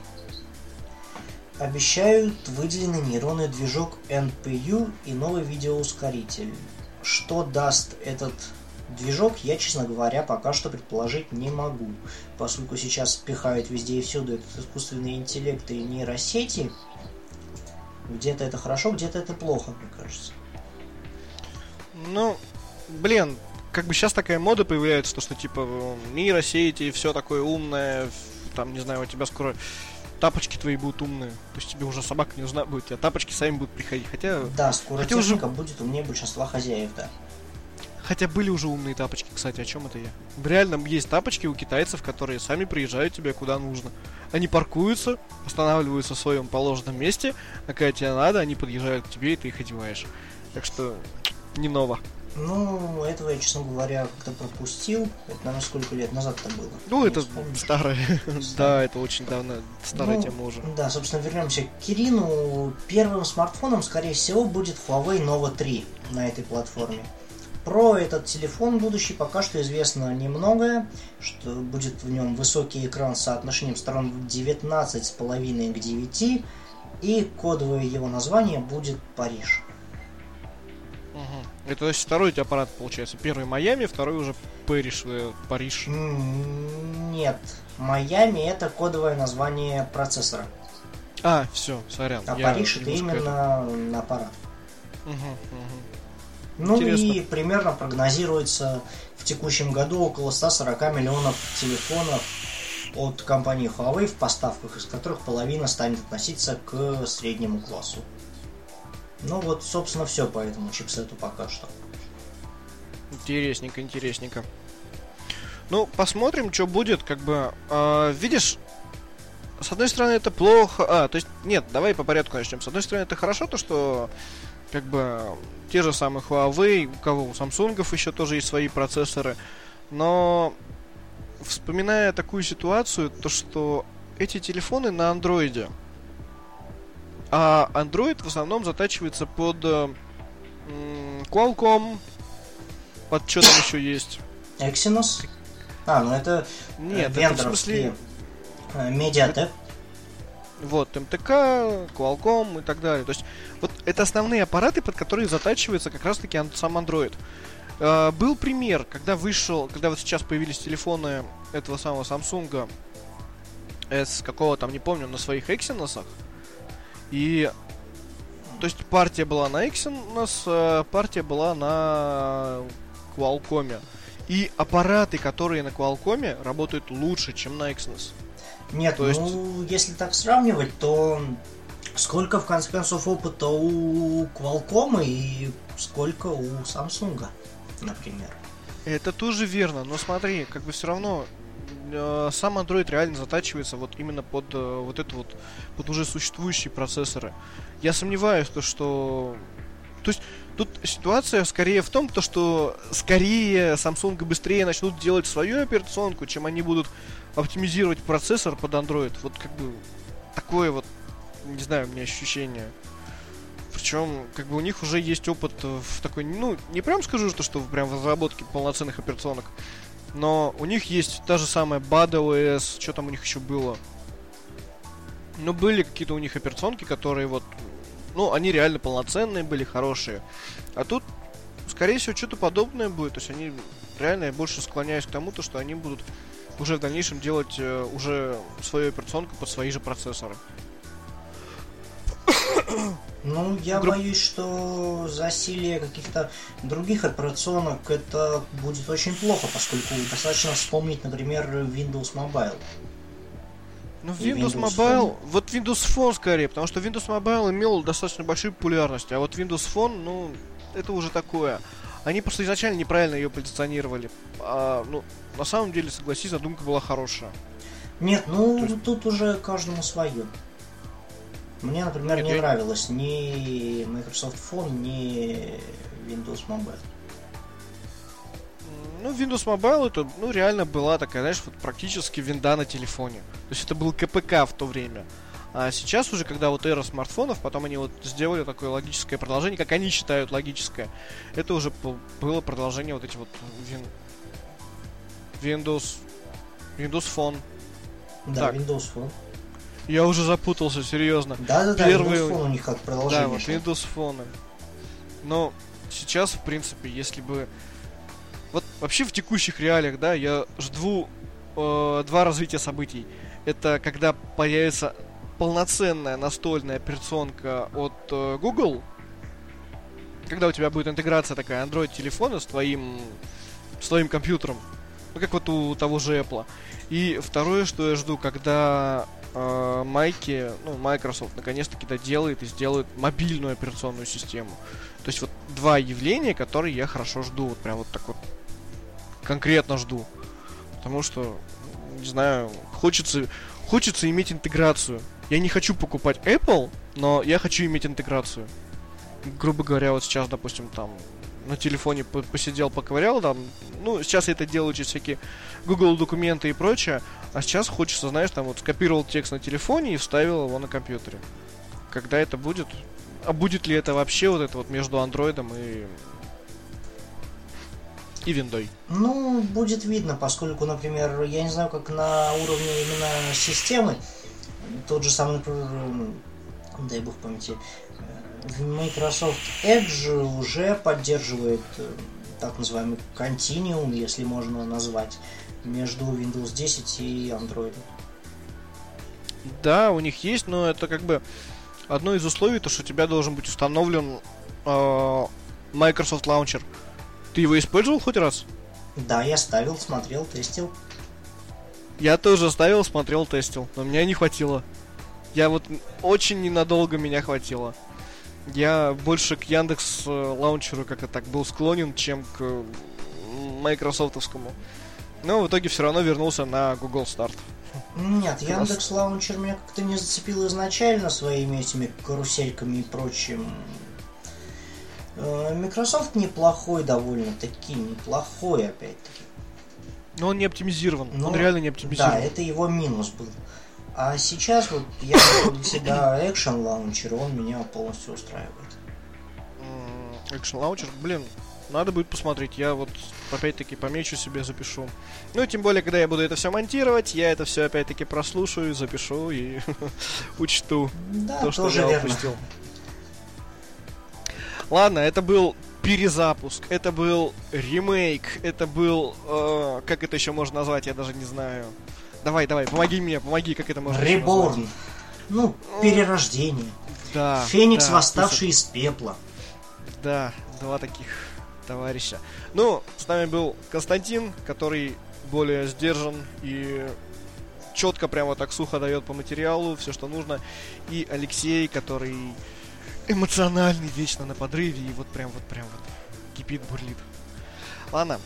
Обещают выделенный нейронный движок NPU и новый видеоускоритель. Что даст этот движок, я, честно говоря, пока что предположить не могу, поскольку сейчас пихают везде и всюду этот искусственный интеллект и нейросети. Где-то это хорошо, где-то это плохо, мне кажется. Ну, блин, как бы сейчас такая мода появляется, что типа нейросети и все такое умное, там, не знаю, у тебя скоро тапочки твои будут умные, то есть тебе уже собака не нужна будет, а тапочки сами будут приходить, хотя... Да, скоро техника будет умнее большинства хозяев, да. Хотя были уже умные тапочки, кстати, о чем это я? Реально есть тапочки у китайцев, которые сами приезжают тебе куда нужно. Они паркуются, останавливаются в своем положенном месте, а когда тебе надо, они подъезжают к тебе, и ты их одеваешь. Так что не ново. Ну, этого я, честно говоря, как-то пропустил. Это, наверное, сколько лет назад-то было? Ну, это старое. Да, это очень давно. Старая тема уже. Да, собственно, вернемся к Кирину. Первым смартфоном, скорее всего, будет Huawei Nova 3 на этой платформе. Про этот телефон будущий пока что известно немногое, что будет в нем высокий экран с соотношением сторон 19,5 к 9, и кодовое его название будет Париж. Это то есть второй у тебя аппарат получается. Первый Майами, второй уже Париж. Нет, Майами это кодовое название процессора. А, все, сорян. А Париж это именно аппарат. Ну интересно. И примерно прогнозируется в текущем году около 140 миллионов телефонов от компании Huawei, в поставках из которых половина станет относиться к среднему классу. Ну вот, собственно, все по этому чипсету пока что. Интересненько. Ну, посмотрим, что будет, как бы. Видишь, с одной стороны, это плохо. То есть, нет, давай по порядку начнем. С одной стороны, это хорошо, то, что как бы те же самые Huawei, у кого у Samsung еще тоже есть свои процессоры. Но вспоминая такую ситуацию, то что эти телефоны на андроиде. А Android в основном затачивается под Qualcomm, под что там еще есть? Exynos? Ну это нет, это в смысле Mediatek. Вот, МТК, Qualcomm и так далее. То есть, вот это основные аппараты, под которые затачивается как раз-таки сам Android. Был пример, когда вот сейчас появились телефоны этого самого Samsung S какого там, не помню, на своих Exynos'ах. И, то есть, партия была на Exynos, партия была на Qualcomm. И аппараты, которые на Qualcomm, работают лучше, чем на Exynos. Нет, то есть... если так сравнивать, то сколько, в конце концов, опыта у Qualcomm и сколько у Samsung, например. Это тоже верно, но смотри, как бы все равно сам Android реально затачивается вот именно под под уже существующие процессоры. Я сомневаюсь, что... То есть тут ситуация скорее в том, что скорее Samsung быстрее начнут делать свою операционку, чем они будут оптимизировать процессор под Android. Вот как бы такое вот, не знаю, у меня ощущение. Причем, как бы у них уже есть опыт в такой, не прям скажу, что прям в разработке полноценных операционок, но у них есть та же самая BudOS, что там у них еще было. Были какие-то у них операционки, которые вот, они реально полноценные были, хорошие. А тут, скорее всего, что-то подобное будет. То есть они реально, я больше склоняюсь к тому, что они будут уже в дальнейшем делать уже свою операционку под свои же процессоры. Я боюсь, что засилие каких-то других операционок это будет очень плохо, поскольку достаточно вспомнить, например, Windows Mobile. Windows Mobile, вот Windows Phone скорее, потому что Windows Mobile имел достаточно большую популярность, а вот Windows Phone, это уже такое. Они просто изначально неправильно ее позиционировали. На самом деле, согласись, задумка была хорошая. Нет, тут уже каждому свое. Мне, например, не нравилось ни Microsoft Phone, ни Windows Mobile. Ну, Windows Mobile это, ну, реально была такая, знаешь, вот практически винда на телефоне. То есть это был КПК в то время. А сейчас уже, когда вот эра смартфонов, потом они вот сделали такое логическое продолжение, как они считают логическое. Это уже было продолжение вот этих вот Windows Phone. Да, Так. Windows Phone. Я уже запутался, серьезно. Да-да-да, Первые... Windows Phone у них как продолжение. Да, вот Windows Phone. Но сейчас, в принципе, если бы... Вот вообще в текущих реалиях, да, я жду два развития событий. Это когда появится полноценная настольная операционка от Google, когда у тебя будет интеграция такая Android-телефона с твоим компьютером, ну как вот у того же Apple. И второе, что я жду, когда Microsoft наконец-таки доделает и сделает мобильную операционную систему. То есть вот два явления, которые я хорошо жду, вот прям вот так вот конкретно жду. Потому что, не знаю, хочется иметь интеграцию. Я не хочу покупать Apple, но я хочу иметь интеграцию. Грубо говоря, вот сейчас, допустим, там на телефоне посидел, поковырял, там, ну, сейчас я это делаю через всякие Google документы и прочее, а сейчас хочется, знаешь, там вот скопировал текст на телефоне и вставил его на компьютере. Когда это будет? А будет ли это вообще вот это вот между андроидом и виндой? Ну, будет видно, поскольку, например, я не знаю, как на уровне именно системы, тот же самый, например, дай бог памяти, Microsoft Edge уже поддерживает так называемый Continuum, если можно назвать, между Windows 10 и Android. Да, у них есть, но это как бы одно из условий, то что у тебя должен быть установлен Microsoft Launcher. Ты его использовал хоть раз? Да, я ставил, смотрел, тестил. Я тоже ставил, смотрел, тестил, но меня не хватило. Я вот очень ненадолго меня хватило. Я больше к Яндекс лаунчеру как-то так был склонен, чем к майкрософтовскому. Но в итоге все равно вернулся на Google Start. Нет, Яндекс лаунчер меня как-то не зацепил изначально своими этими карусельками и прочим. Microsoft неплохой довольно-таки, неплохой опять-таки. Но он не оптимизирован, он реально не оптимизирован. Да, это его минус был. А сейчас вот я для себя Action Launcher, он меня полностью устраивает. Action Launcher, блин, надо будет посмотреть. Я вот опять-таки помечу себе, запишу. Ну и тем более, когда я буду это все монтировать, я это все опять-таки прослушаю, запишу и учту. Да, то, что тоже я верно. упустил. Ладно, это был перезапуск, это был ремейк, это был... как это еще можно назвать, я даже не знаю. Давай, помоги мне, как это можно назвать. Reborn. Ну, перерождение. Да. Феникс, да, восставший из пепла. Да, два таких товарища. Ну, с нами был Константин, который более сдержан и четко прямо так сухо дает по материалу все, что нужно. И Алексей, который эмоциональный, вечно на подрыве и вот прям кипит, бурлит. Ладно.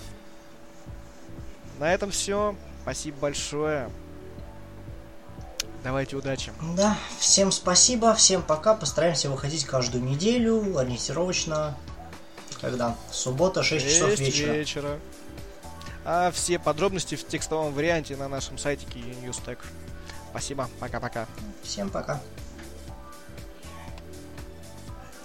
На этом все. Спасибо большое. Давайте, удачи. Да, всем спасибо, всем пока. Постараемся выходить каждую неделю, ориентировочно. Когда? Суббота, 6 часов вечера. А все подробности в текстовом варианте на нашем сайте Newstech. Спасибо, пока-пока. Всем пока.